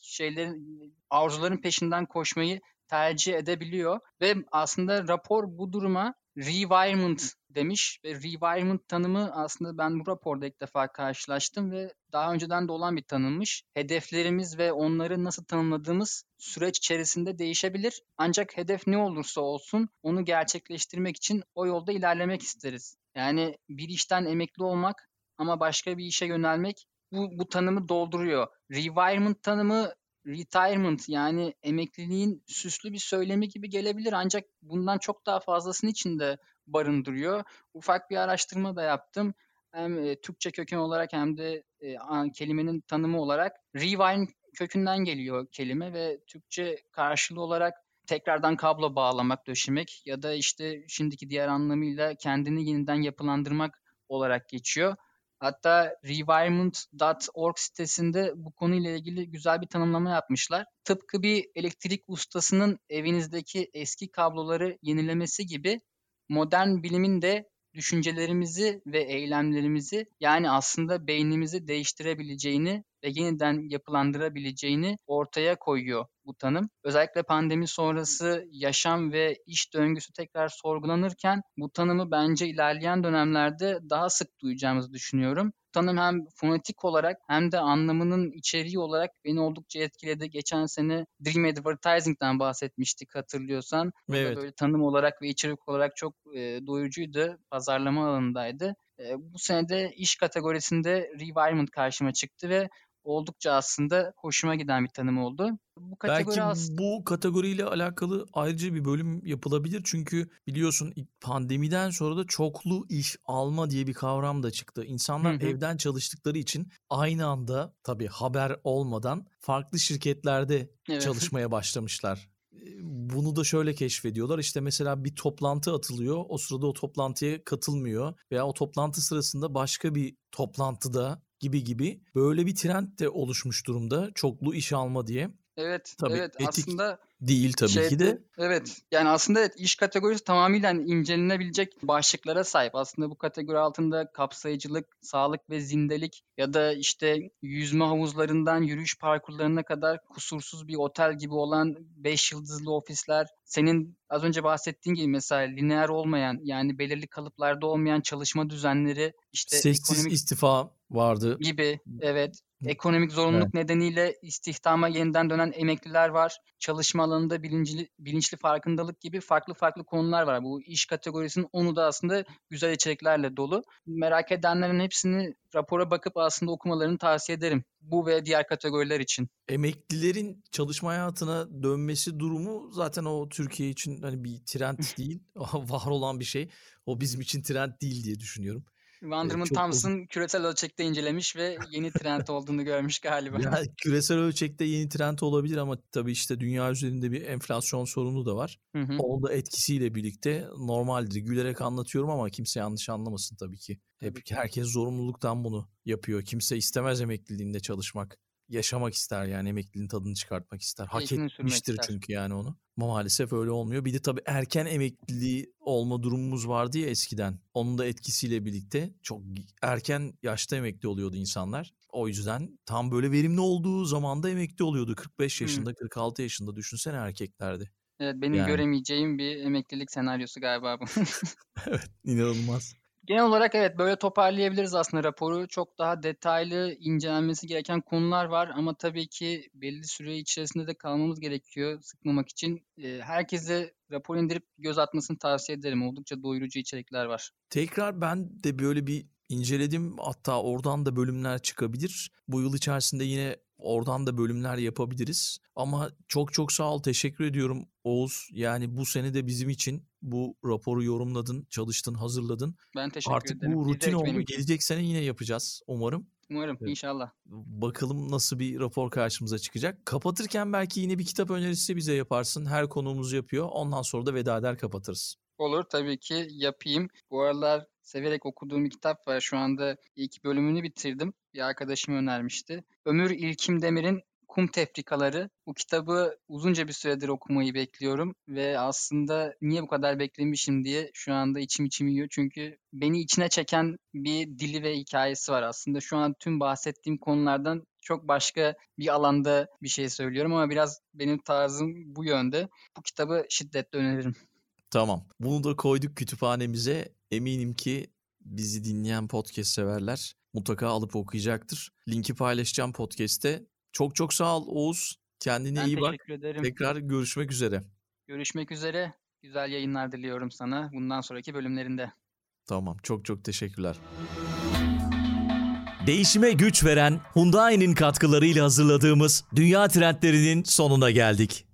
arzuların peşinden koşmayı tercih edebiliyor. Ve aslında rapor bu duruma rewirement demiş ve rewirement tanımı aslında ben bu raporda ilk defa karşılaştım ve daha önceden de olan bir tanımmış. Hedeflerimiz ve onları nasıl tanımladığımız süreç içerisinde değişebilir. Ancak hedef ne olursa olsun onu gerçekleştirmek için o yolda ilerlemek isteriz. Yani bir işten emekli olmak ama başka bir işe yönelmek bu tanımı dolduruyor. Rewirement tanımı retirement yani emekliliğin süslü bir söylemi gibi gelebilir ancak bundan çok daha fazlasını içinde barındırıyor. Ufak bir araştırma da yaptım. Hem Türkçe köken olarak hem de kelimenin tanımı olarak rewind kökünden geliyor kelime ve Türkçe karşılığı olarak tekrardan kablo bağlamak, döşemek ya da işte şimdiki diğer anlamıyla kendini yeniden yapılandırmak olarak geçiyor. Hatta rewirement.org sitesinde bu konuyla ilgili güzel bir tanımlama yapmışlar. Tıpkı bir elektrik ustasının evinizdeki eski kabloları yenilemesi gibi modern bilimin de düşüncelerimizi ve eylemlerimizi yani aslında beynimizi değiştirebileceğini ve yeniden yapılandırabileceğini ortaya koyuyor bu tanım. Özellikle pandemi sonrası yaşam ve iş döngüsü tekrar sorgulanırken bu tanımı bence ilerleyen dönemlerde daha sık duyacağımızı düşünüyorum. Tanım hem fonetik olarak hem de anlamının içeriği olarak beni oldukça etkiledi. Geçen sene Dream Advertising'den bahsetmiştik hatırlıyorsan. O da böyle tanım olarak ve içerik olarak çok doyurucuydu. Pazarlama alanındaydı. Bu sene de iş kategorisinde Rewirement karşıma çıktı ve oldukça aslında hoşuma giden bir tanım oldu. Bu kategori Belki bu kategoriyle alakalı ayrıca bir bölüm yapılabilir. Çünkü biliyorsun pandemiden sonra da çoklu iş alma diye bir kavram da çıktı. İnsanlar evden çalıştıkları için aynı anda tabii haber olmadan farklı şirketlerde çalışmaya başlamışlar. Bunu da şöyle keşfediyorlar. İşte mesela bir toplantı atılıyor. O sırada o toplantıya katılmıyor veya o toplantı sırasında başka bir toplantıda gibi böyle bir trend de oluşmuş durumda. Çoklu iş alma diye. Evet, Tabii evet. etik Aslında değil tabii ki de. Evet. Yani aslında evet, iş kategorisi tamamıyla incelenebilecek başlıklara sahip. Aslında bu kategori altında kapsayıcılık, sağlık ve zindelik ya da işte yüzme havuzlarından yürüyüş parkurlarına kadar kusursuz bir otel gibi olan 5 yıldızlı ofisler, senin az önce bahsettiğin gibi mesela lineer olmayan yani belirli kalıplarda olmayan çalışma düzenleri, işte Sessiz ekonomik istifa vardı. gibi. Evet. Ekonomik zorunluluk nedeniyle istihdama yeniden dönen emekliler var. Çalışma alanında bilinçli farkındalık gibi farklı konular var. Bu iş kategorisinin onu da aslında güzel içeriklerle dolu. Merak edenlerin hepsini rapora bakıp aslında okumalarını tavsiye ederim. Bu ve diğer kategoriler için. Emeklilerin çalışma hayatına dönmesi durumu zaten o Türkiye için hani bir trend değil. Var olan bir şey. O bizim için trend değil diye düşünüyorum. Wunderman Çok Thompson küresel ölçekte incelemiş ve yeni trend olduğunu görmüş galiba. ya küresel ölçekte yeni trend olabilir ama tabii işte dünya üzerinde bir enflasyon sorunu da var. Hı hı. Onun da etkisiyle birlikte normaldir. Gülerek anlatıyorum ama kimse yanlış anlamasın tabii ki. Herkes zorunluluktan bunu yapıyor. Kimse istemez emekliliğinde çalışmak. Yaşamak ister yani emekliliğin tadını çıkartmak ister. Hak Keyfini sürmek etmiştir ister. çünkü yani onu. Ama maalesef öyle olmuyor. Bir de tabii erken emekliliği olma durumumuz vardı ya eskiden. Onun da etkisiyle birlikte çok erken yaşta emekli oluyordu insanlar. O yüzden tam böyle verimli olduğu zamanda emekli oluyordu. 45 yaşında, 46 yaşında düşünsene erkeklerde. Evet, benim Yani göremeyeceğim bir emeklilik senaryosu galiba bu. evet, inanılmaz. Genel olarak evet böyle toparlayabiliriz aslında raporu. Çok daha detaylı incelenmesi gereken konular var ama tabii ki belli süre içerisinde de kalmamız gerekiyor sıkmamak için. Herkese rapor indirip göz atmasını tavsiye ederim. Oldukça doyurucu içerikler var. Tekrar ben de böyle bir inceledim. Hatta oradan da bölümler çıkabilir. Bu yıl içerisinde yine oradan da bölümler yapabiliriz. Ama çok sağ ol. Teşekkür ediyorum Oğuz. Yani bu sene de bizim için bu raporu yorumladın, çalıştın, hazırladın. Ben teşekkür Artık ederim. bu Bir rutin zevk oldu. benim için. Gelecek sene yine yapacağız umarım. Umarım, Evet. inşallah. Bakalım nasıl bir rapor karşımıza çıkacak. Kapatırken belki yine bir kitap önerisi bize yaparsın. Her konuğumuz yapıyor. Ondan sonra da veda eder kapatırız. Olur tabii ki yapayım. Bu aralar severek okuduğum bir kitap var. Şu anda ilk bölümünü bitirdim. Bir arkadaşım önermişti. Ömür İlkim Demir'in Kum Tefrikaları. Bu kitabı uzunca bir süredir okumayı bekliyorum ve aslında niye bu kadar beklemişim diye şu anda içim yiyor. Çünkü beni içine çeken bir dili ve hikayesi var aslında. Şu an tüm bahsettiğim konulardan çok başka bir alanda bir şey söylüyorum ama biraz benim tarzım bu yönde. Bu kitabı şiddetle öneririm. Tamam. Bunu da koyduk kütüphanemize. Eminim ki bizi dinleyen podcast severler mutlaka alıp okuyacaktır. Linki paylaşacağım podcast'te. Çok sağ ol Oğuz. Kendine Ben iyi bak. teşekkür ederim. Tekrar görüşmek üzere. Görüşmek üzere. Güzel yayınlar diliyorum sana bundan sonraki bölümlerinde. Tamam. Çok teşekkürler. Değişime güç veren Hyundai'nin katkılarıyla hazırladığımız Dünya Trendlerinin sonuna geldik.